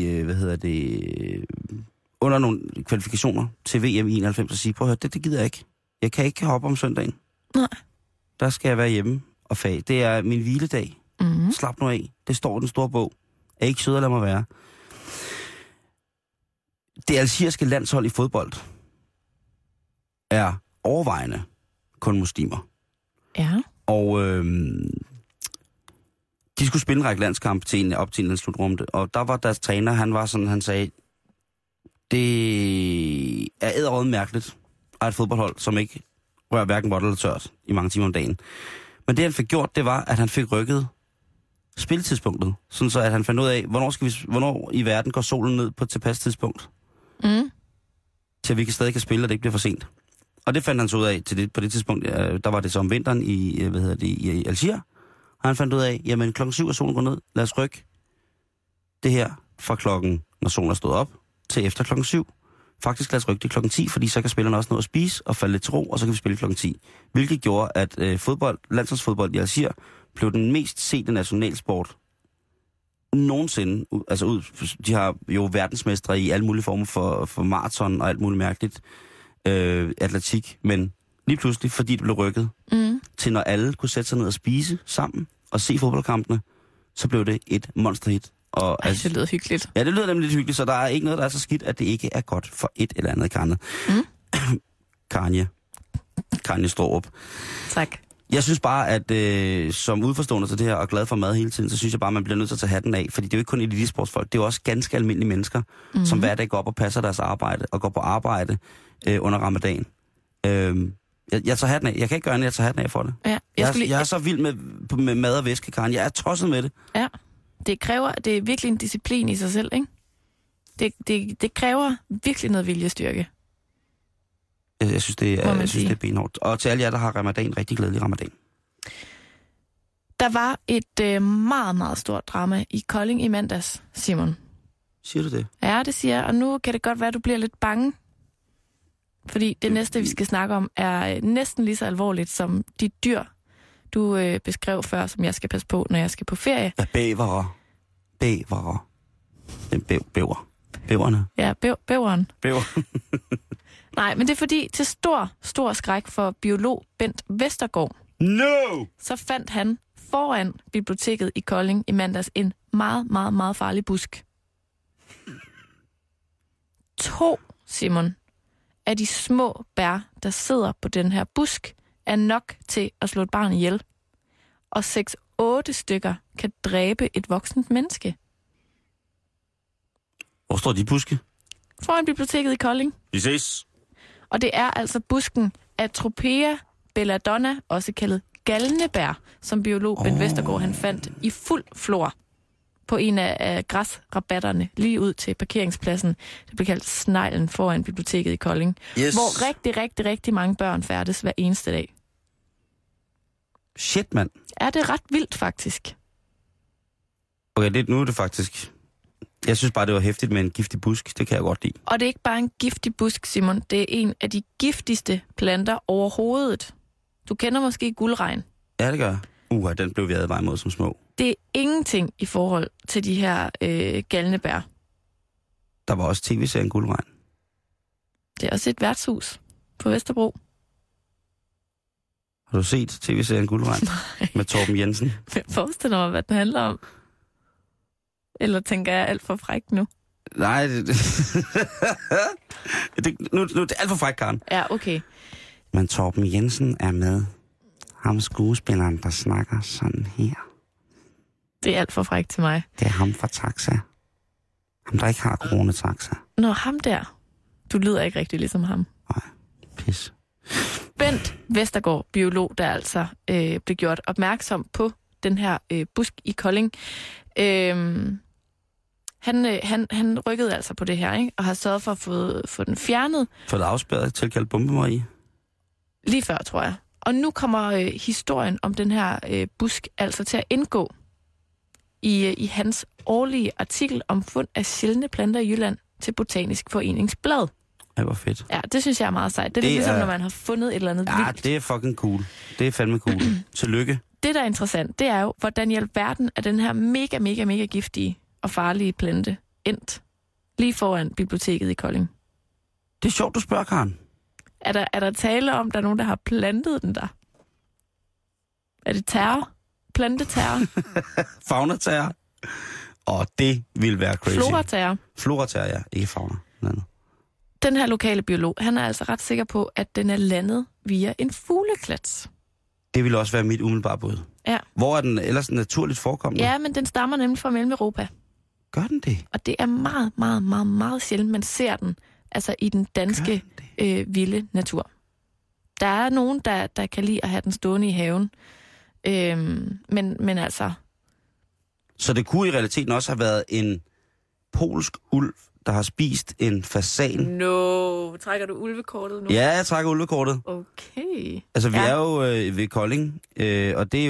under nogle kvalifikationer til VM i 91 at sige, prøv at høre, det gider jeg ikke. Jeg kan ikke hoppe om søndagen. Nej. Der skal jeg være hjemme og fag. Det er min hviledag. Mm. Slap nu af. Det står i den store bog. Er ikke sød at lade mig være. Det algeriske landshold i fodbold er overvejende kun muslimer. Ja. Og de skulle spille en række landskamp op til en slutrunde. Og der var deres træner, han sagde, det er edderødt mærkeligt af et fodboldhold, som ikke rører hverken vådt eller tørt i mange timer om dagen. Men det han fik gjort, det var, at han fik rykket spilletidspunktet. Sådan så, at han fandt ud af, hvornår i verden går solen ned på et tilpas tidspunkt. Mm. Til at vi stadig kan spille, og det ikke bliver for sent. Og det fandt han så ud af på det tidspunkt. Der var det så om vinteren i Algier. Og han fandt ud af, jamen 7:00 er solen går ned. Lad os rykke det her fra klokken, når solen er stået op, til efter 7:00. Faktisk lad os rykke det 10:00, fordi så kan spillerne også nå at spise og falde lidt til ro, og så kan vi spille 10:00. Hvilket gjorde, at landsholdsfodbold i Algier blev den mest sete nationalsport nogensinde. Altså de har jo verdensmestre i alle mulige former for maraton og alt muligt mærkeligt atletik, men lige pludselig, fordi det blev rykket til, når alle kunne sætte sig ned og spise sammen og se fodboldkampene, så blev det et monsterhit. Og det lyder hyggeligt. Ja, det lyder nemlig lidt hyggeligt, så der er ikke noget, der er så skidt, at det ikke er godt for et eller andet Karne. Karne Strårup. Tak. Jeg synes bare, at som udforstående til det her og glad for mad hele tiden, så synes jeg bare, at man bliver nødt til at tage hatten af. Fordi det er jo ikke kun elitesportsfolk, det er jo også ganske almindelige mennesker, som hver dag går op og passer deres arbejde og går på arbejde under ramadan. Jeg tager hatten af. Jeg kan ikke gøre andet, jeg tager hatten af for det. Ja, jeg er så vild med mad og væske, Karen. Jeg er tosset med det. Ja, det er virkelig en disciplin i sig selv, ikke? Det kræver virkelig noget viljestyrke. Jeg synes, det er benhårdt. Og til alle jer, der har ramadan, rigtig glædelig ramadan. Der var et meget, meget stort drama i Kolding i mandags, Simon. Siger du det? Ja, det siger jeg. Og nu kan det godt være, at du bliver lidt bange. Fordi det næste, vi skal snakke om, er næsten lige så alvorligt som de dyr, du beskrev før, som jeg skal passe på, når jeg skal på ferie. Ja, bævere. Bæverne. Ja, bæveren. Bæver. Nej, men det er fordi, til stor skræk for biolog Bent Vestergaard, så fandt han foran biblioteket i Kolding i mandags en meget, meget, meget farlig busk. 2, Simon, af de små bær, der sidder på den her busk, er nok til at slå et barn ihjel. Og 6-8 stykker kan dræbe et voksent menneske. Hvor står de buske? Foran biblioteket i Kolding. Vi ses. Og det er altså busken Atropea belladonna, også kaldet galnebær, som biolog Bent Vestergaard han fandt i fuld flor på en af græsrabatterne lige ud til parkeringspladsen. Det blev kaldt Sneglen foran biblioteket i Kolding. Yes. Hvor rigtig mange børn færdes hver eneste dag. Shit, mand. Er det ret vildt, faktisk? Okay, nu er det faktisk... Jeg synes bare, det var hæftigt med en giftig busk. Det kan jeg godt lide. Og det er ikke bare en giftig busk, Simon. Det er en af de giftigste planter overhovedet. Du kender måske guldregn. Ja, det gør jeg. Den blev vi advaret imod som små. Det er ingenting i forhold til de her galnebær. Der var også tv-serien Guldregn. Det er også et værtshus på Vesterbro. Har du set tv-serien Guldregn? Nej. Med Torben Jensen? Jeg forestiller mig, hvad den handler om. Eller tænker jeg alt for frækt nu? Nej, nu er det alt for frækt, Karen. Ja, okay. Men Torben Jensen er med. Ham skuespilleren, der snakker sådan her. Det er alt for frækt til mig. Det er ham fra Taxa. Ham, der ikke har coronataxa. Nå, ham der. Du lyder ikke rigtig ligesom ham. Nej, pis. Bent Vestergaard, biolog, der altså blev gjort opmærksom på den her busk i Kolding. Han rykkede altså på det her, ikke? Og har sørget for at få den fjernet. For det afspærret, tilkaldt bombemarie. Lige før, tror jeg. Og nu kommer historien om den her busk altså til at indgå i hans årlige artikel om fund af sjældne planter i Jylland til Botanisk Foreningsblad. Det var fedt. Ja, det synes jeg er meget sejt. Det er ligesom, når man har fundet et eller andet vildt. Ja, det er fucking cool. Det er fandme cool. Tillykke. Det, der er interessant, det er jo, hvordan i alverden er den her mega giftige og farlige plante endt lige foran biblioteket i Kolding. Det er sjovt, du spørger, Karen. Er der tale om, der er nogen, der har plantet den der? Er det terror? Planteterror? Faunaterror. Og det vil være crazy. Floraterror? Floraterror, ja. Ikke fauna. Den her lokale biolog, han er altså ret sikker på, at den er landet via en fugleklats. Det vil også være mit umiddelbare bud. Ja. Hvor er den ellers naturligt forekommende? Ja, men den stammer nemlig fra Mellem-Europa. Gør den det? Og det er meget, meget, meget, meget sjældent, man ser den altså i den danske vilde natur. Der er nogen, der kan lide at have den stående i haven. Men altså... Så det kunne i realiteten også have været en polsk ulv, der har spist en fasan? Trækker du ulvekortet nu? Ja, jeg trækker ulvekortet. Okay. Altså, vi er jo ved Kolding, og det er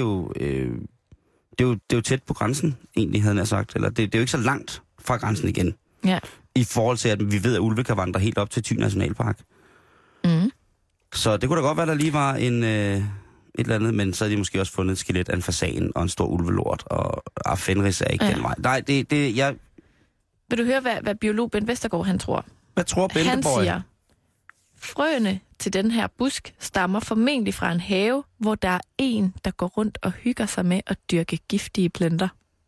jo tæt på grænsen, egentlig, havde jeg sagt. Eller det er jo ikke så langt fra grænsen igen. Ja. I forhold til, at vi ved, at ulve kan vandre helt op til Thy Nationalpark. Mm. Så det kunne da godt være, der lige var et eller andet, men så havde de måske også fundet et skelet af en fasan og en stor ulvelort, og Fenris er ikke den vej. Nej, jeg... Vil du høre, hvad biolog Ben Vestergaard han tror? Hvad tror Bente Han Boy? siger, frøene til den her busk stammer formentlig fra en have, hvor der er en, der går rundt og hygger sig med at dyrke giftige planter.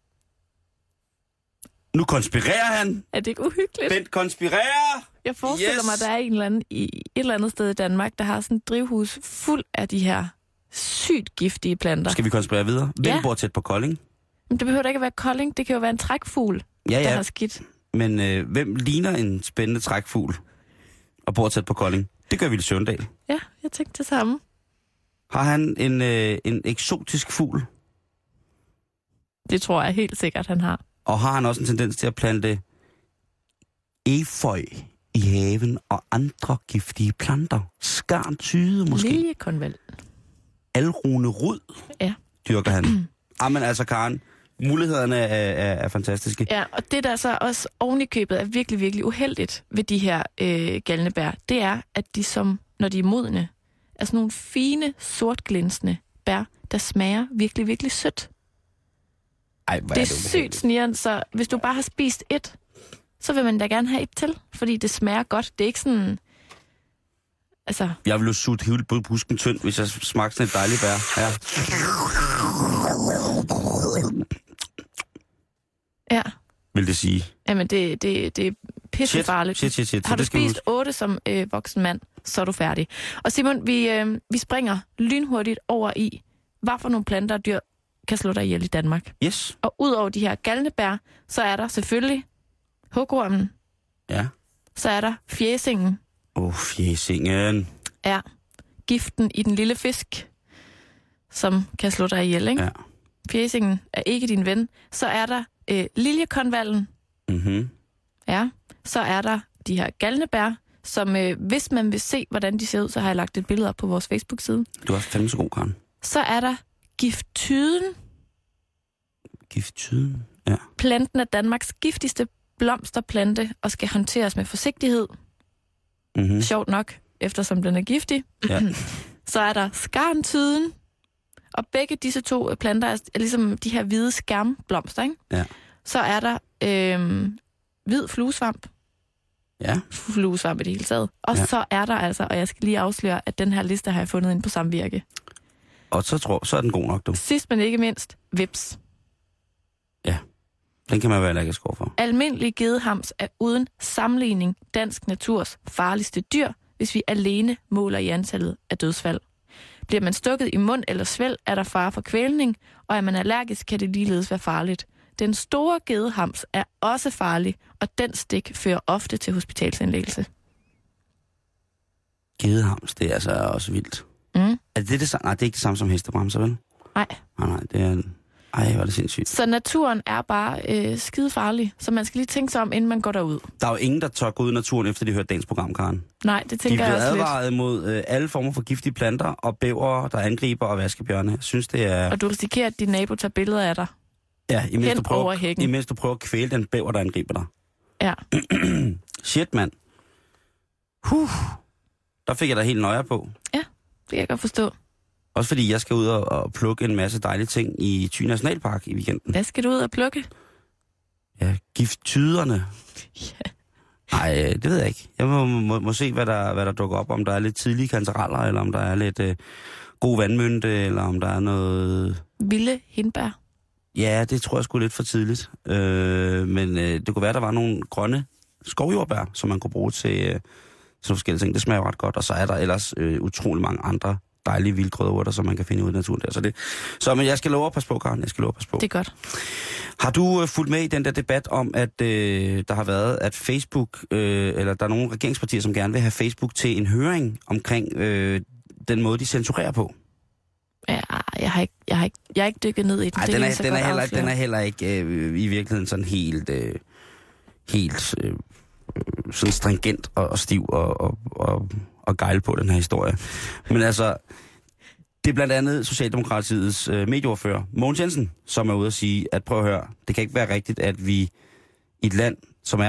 Nu konspirerer han. Er det ikke uhyggeligt? Bent konspirerer. Jeg forestiller mig, at der er en eller anden i et eller andet sted i Danmark, der har sådan et drivhus fuld af de her sygt giftige planter. Skal vi konspirere videre? Hvem bor tæt på Kolding? Men det behøver da ikke at være Kolding. Det kan jo være en trækfugl, der har skidt. Men hvem ligner en spændende trækfugl og bor tæt på Kolding? Det gør Vilde Søvndal. Ja, jeg tænkte det samme. Har han en eksotisk fugl? Det tror jeg helt sikkert, han har. Og har han også en tendens til at plante efeu i haven og andre giftige planter? Skarntyde måske? Liljekonvalg. Alrune rod dyrker han. Jamen altså, Karen, mulighederne er fantastiske. Ja, og det der så også ovenikøbet er virkelig, virkelig uheldigt ved de her galnebær, det er, at de når de er modne, er sådan nogle fine, sortglinsende bær, der smager virkelig, virkelig sødt. Ej, det er sygt snirren, så hvis du bare har spist et, så vil man da gerne have et til, fordi det smager godt. Det er ikke sådan... Altså... Jeg ville jo sutte hele busken tynd, hvis jeg smagte sådan et dejligt bær. Ja. Vil det sige? Jamen, det er pissefarligt. Shit. Har du spist 8 som voksen mand, så er du færdig. Og Simon, vi springer lynhurtigt over i, hvad for nogle planter og dyr kan slå dig ihjel i Danmark. Yes. Og ud over de her galnebær, så er der selvfølgelig hugormen. Ja. Så er der fjæsingen. Fjæsingen. Ja. Giften i den lille fisk, som kan slå dig ihjel, ikke? Ja. Fjæsingen er ikke din ven. Så er der liljekonvallen. Mhm. Ja. Så er der de her galnebær, som hvis man vil se, hvordan de ser ud, så har jeg lagt et billede op på vores Facebook-side. Du er fandme så god, Karen. Så er der giftyden. Giftyden, ja. Planten er Danmarks giftigste blomsterplante og skal håndteres med forsigtighed. Mm-hmm. Sjovt nok, eftersom den er giftig. Ja. Så er der skarntyden. Og begge disse to planter er ligesom de her hvide skærmblomster, ikke? Ja. Så er der hvid fluesvamp. Ja. Fluesvamp i det hele taget. Og så er der altså, og jeg skal lige afsløre, at den her liste har jeg fundet ind på Samvirke. Og så er den god nok, du. Sidst, men ikke mindst, vips. Ja, den kan man være allergisk for. Almindelig gedehams er uden sammenligning dansk naturs farligste dyr, hvis vi alene måler i antallet af dødsfald. Bliver man stukket i mund eller svælg, er der fare for kvælning, og er man allergisk, kan det ligeledes være farligt. Den store gedehams er også farlig, og den stik fører ofte til hospitalsindlæggelse. Gedehams, det er altså også vildt. Mm. Er det samme? Nej, det er ikke det samme som hestebremser, vel? Nej. Nej, det er... Ej, hvor er det sindssygt. Så naturen er bare skide farlig, så man skal lige tænke sig om, inden man går derud. Der er jo ingen, der tør gå ud i naturen, efter de hørte dagens program, Karen. Nej, det tænker jeg også lidt. De bliver advaret mod alle former for giftige planter og bæver, der angriber og vaskebjørne. Jeg synes, det er... Og du risikerer, at din nabo tager billeder af dig. Ja, imens du prøver at kvæle den bæver, der angriber dig. Ja. Shit, mand. Der fik jeg da helt nøje på. Ja, det kan jeg godt forstå. Også fordi jeg skal ud og plukke en masse dejlige ting i Thy Nationalpark i weekenden. Hvad skal du ud og plukke? Ja, gifttyderne. Ja. Nej, det ved jeg ikke. Jeg må se, hvad der dukker op. Om der er lidt tidlige kantareller, eller om der er lidt god vandmynte, eller om der er noget... Vilde hindbær. Ja, det tror jeg sgu lidt for tidligt. Men det kunne være, der var nogle grønne skovjordbær, som man kunne bruge til forskellige ting. Det smager jo ret godt, og så er der ellers utrolig mange andre dejlige vildkrydderurter, som man kan finde ud i naturen der. Men jeg skal love at passe på, Karen. Jeg skal love at passe på. Det er godt. Har du fulgt med i den der debat om, at der har været, at Facebook, eller der er nogle regeringspartier, som gerne vil have Facebook til en høring omkring den måde, de censurerer på? Ja, jeg har ikke dykket ned i den. Ej, den er heller ikke i virkeligheden sådan helt sådan stringent og stiv og gejl på den her historie. Men altså, det er blandt andet Socialdemokratiets medieordfører, Mogens Jensen, som er ude at sige, at prøv at høre, det kan ikke være rigtigt, at vi i et land,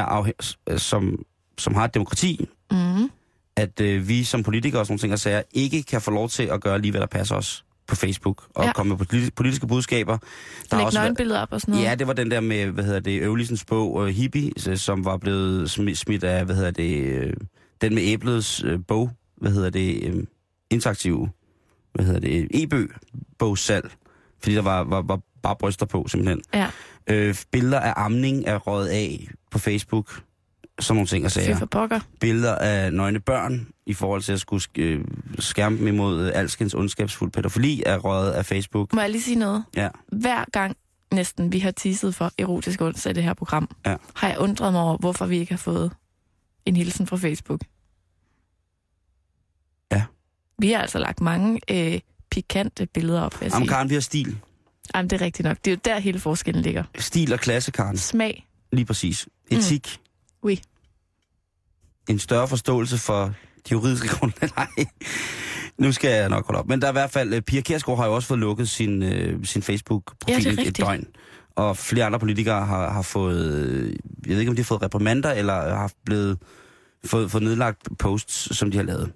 som har et demokrati, at vi som politikere og sådan nogle ting og sager, ikke kan få lov til at gøre lige, hvad der passer os på Facebook, og komme med politiske budskaber. Der lægge nøgenbilleder op og sådan noget. Ja, det var den der med, Øvlisens bog, Hippie, som var blevet smidt af, den med æblets bog, interaktive, e-bøg-bogsalg, fordi der var bare bryster på, simpelthen. Ja. Billeder af amning er røget af på Facebook, sådan nogle ting og sager. Billeder af nøgne børn, i forhold til at skulle skærme dem imod alskens ondskabsfuld pædofili, er røget af Facebook. Må jeg lige sige noget? Ja. Hver gang næsten vi har teaset for erotisk onsdag i det her program, har jeg undret mig over, hvorfor vi ikke har fået en hilsen fra Facebook. Ja. Vi har altså lagt mange pikante billeder op, vil jeg sige. Karen, vi har stil. Jamen, det er rigtigt nok. Det er jo der hele forskellen ligger. Stil og klasse, Karen. Smag. Lige præcis. Etik. Oui. En større forståelse for de juridiske grunde. Nej, nu skal jeg nok holde op. Men der er i hvert fald, Pia Kjærsgaard har jo også fået lukket sin Facebook-profil et døgn. Og flere andre politikere har fået, jeg ved ikke om de har fået reprimander, eller har fået nedlagt posts, som de har lavet.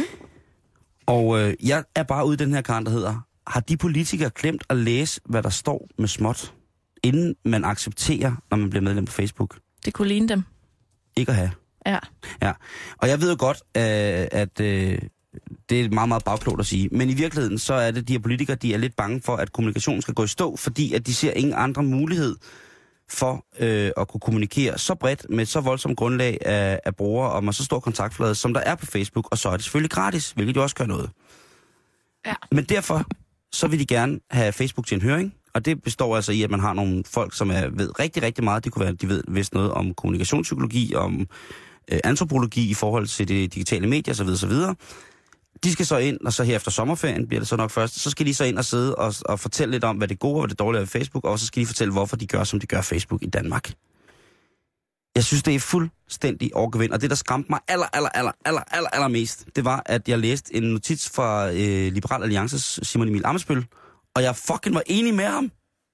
Og jeg er bare ude i den her kran, der hedder, har de politikere glemt at læse, hvad der står med småt, inden man accepterer, når man bliver medlem på Facebook? Det kunne ligne dem. Ikke at have. Ja. Og jeg ved jo godt, at det er meget, meget bagklogt at sige. Men i virkeligheden, så er det, de her politikere, de er lidt bange for, at kommunikationen skal gå i stå, fordi at de ser ingen andre mulighed for at kunne kommunikere så bredt med så voldsomt grundlag af brugere og med så stor kontaktflade, som der er på Facebook. Og så er det selvfølgelig gratis, hvilket jo også gør noget. Ja. Men derfor, så vil de gerne have Facebook til en høring. Og det består altså i, at man har nogle folk, som ved rigtig, rigtig meget. Det kunne være, at de ved vist noget om kommunikationspsykologi, om antropologi i forhold til det digitale medier osv. osv. De skal så ind, og så her efter sommerferien bliver det så nok først, så skal de så ind og sidde og fortælle lidt om, hvad det gode og hvad det dårlige er ved Facebook, og så skal de fortælle, hvorfor de gør, som de gør Facebook i Danmark. Jeg synes, det er fuldstændig overgevind, og det, der skræmte mig allermest, det var, at jeg læste en notits fra Liberal Alliances Simon Emil Ammitzbøll, og jeg fucking var enig med ham.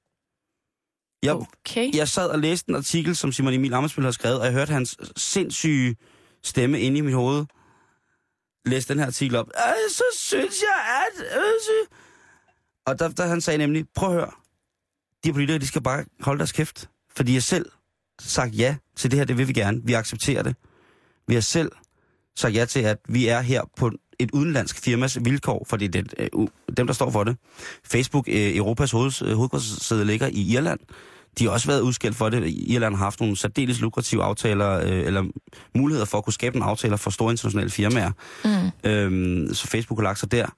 Jeg sad og læste en artikel, som Simon Emil Ammitzbøll har skrevet, og jeg hørte hans sindssyge stemme inde i mit hoved. Læste den her artikel op. Så synes jeg, at... Og der han sagde nemlig, prøv at høre, de politikere, de skal bare holde deres kæft. Fordi jeg selv sagt ja til det her, det vil vi gerne. Vi accepterer det. Vi har selv sagt ja til, at vi er her på et udenlandsk firmas vilkår, fordi det er dem, der står for det. Facebook, Europas hovedkvarter ligger i Irland. De har også været udskilt for det. Irland har haft nogle særdeles lukrative aftaler, eller muligheder for at kunne skabe nogle aftaler for store internationale firmaer. Så Facebook har lagt sig der.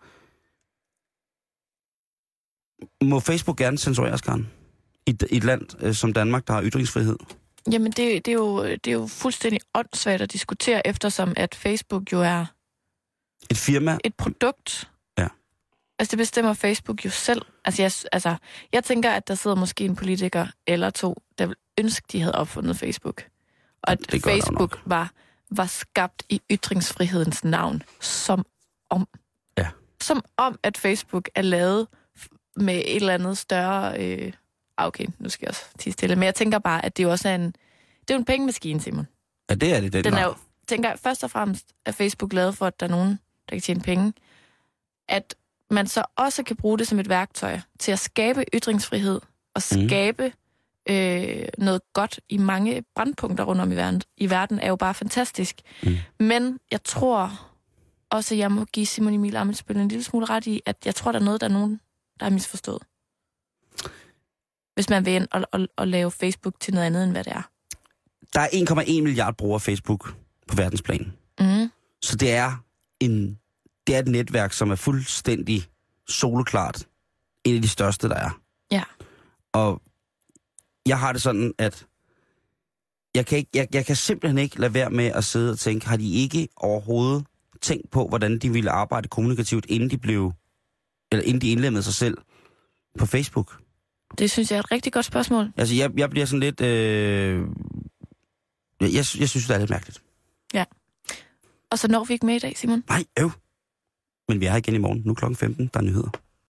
Må Facebook gerne censureres, Karen? I et land som Danmark, der har ytringsfrihed? Jamen, det er jo fuldstændig åndssvagt at diskutere, eftersom at Facebook jo er... Et firma? Et produkt. Ja. Altså, det bestemmer Facebook jo selv. Jeg tænker, at der sidder måske en politiker eller to, der vil ønske, de havde opfundet Facebook. Og at Facebook var skabt i ytringsfrihedens navn, som om. Ja. Som om, at Facebook er lavet med et eller andet større... Okay, nu skal jeg også tie stille. Men jeg tænker bare, at det jo også er en pengemaskine, Simon. Ja, det er det. Den er jo, tænker jeg, først og fremmest, at Facebook lavet for, at der er nogen, der kan tjene penge. At man så også kan bruge det som et værktøj til at skabe ytringsfrihed og skabe noget godt i mange brandpunkter rundt om i verden, er jo bare fantastisk. Men jeg tror, også jeg må give Simon Emil Ammitzbøll en lille smule ret i, at jeg tror, der er nogen, der er misforstået. Hvis man vil ind og lave Facebook til noget andet, end hvad det er. Der er 1,1 milliard brugere Facebook på verdensplan. Mm. Så det er et netværk, som er fuldstændig soloklart en af de største, der er. Ja. Og jeg har det sådan, at jeg kan simpelthen ikke lade være med at sidde og tænke, har de ikke overhovedet tænkt på, hvordan de ville arbejde kommunikativt, inden de indlemmede sig selv på Facebook? Det synes jeg er et rigtig godt spørgsmål. Altså, jeg bliver sådan lidt... Jeg synes, det er lidt mærkeligt. Ja. Og så når vi ikke med i dag, Simon? Nej, Men vi er her igen i morgen. Nu klokken 15. Der er nyheder.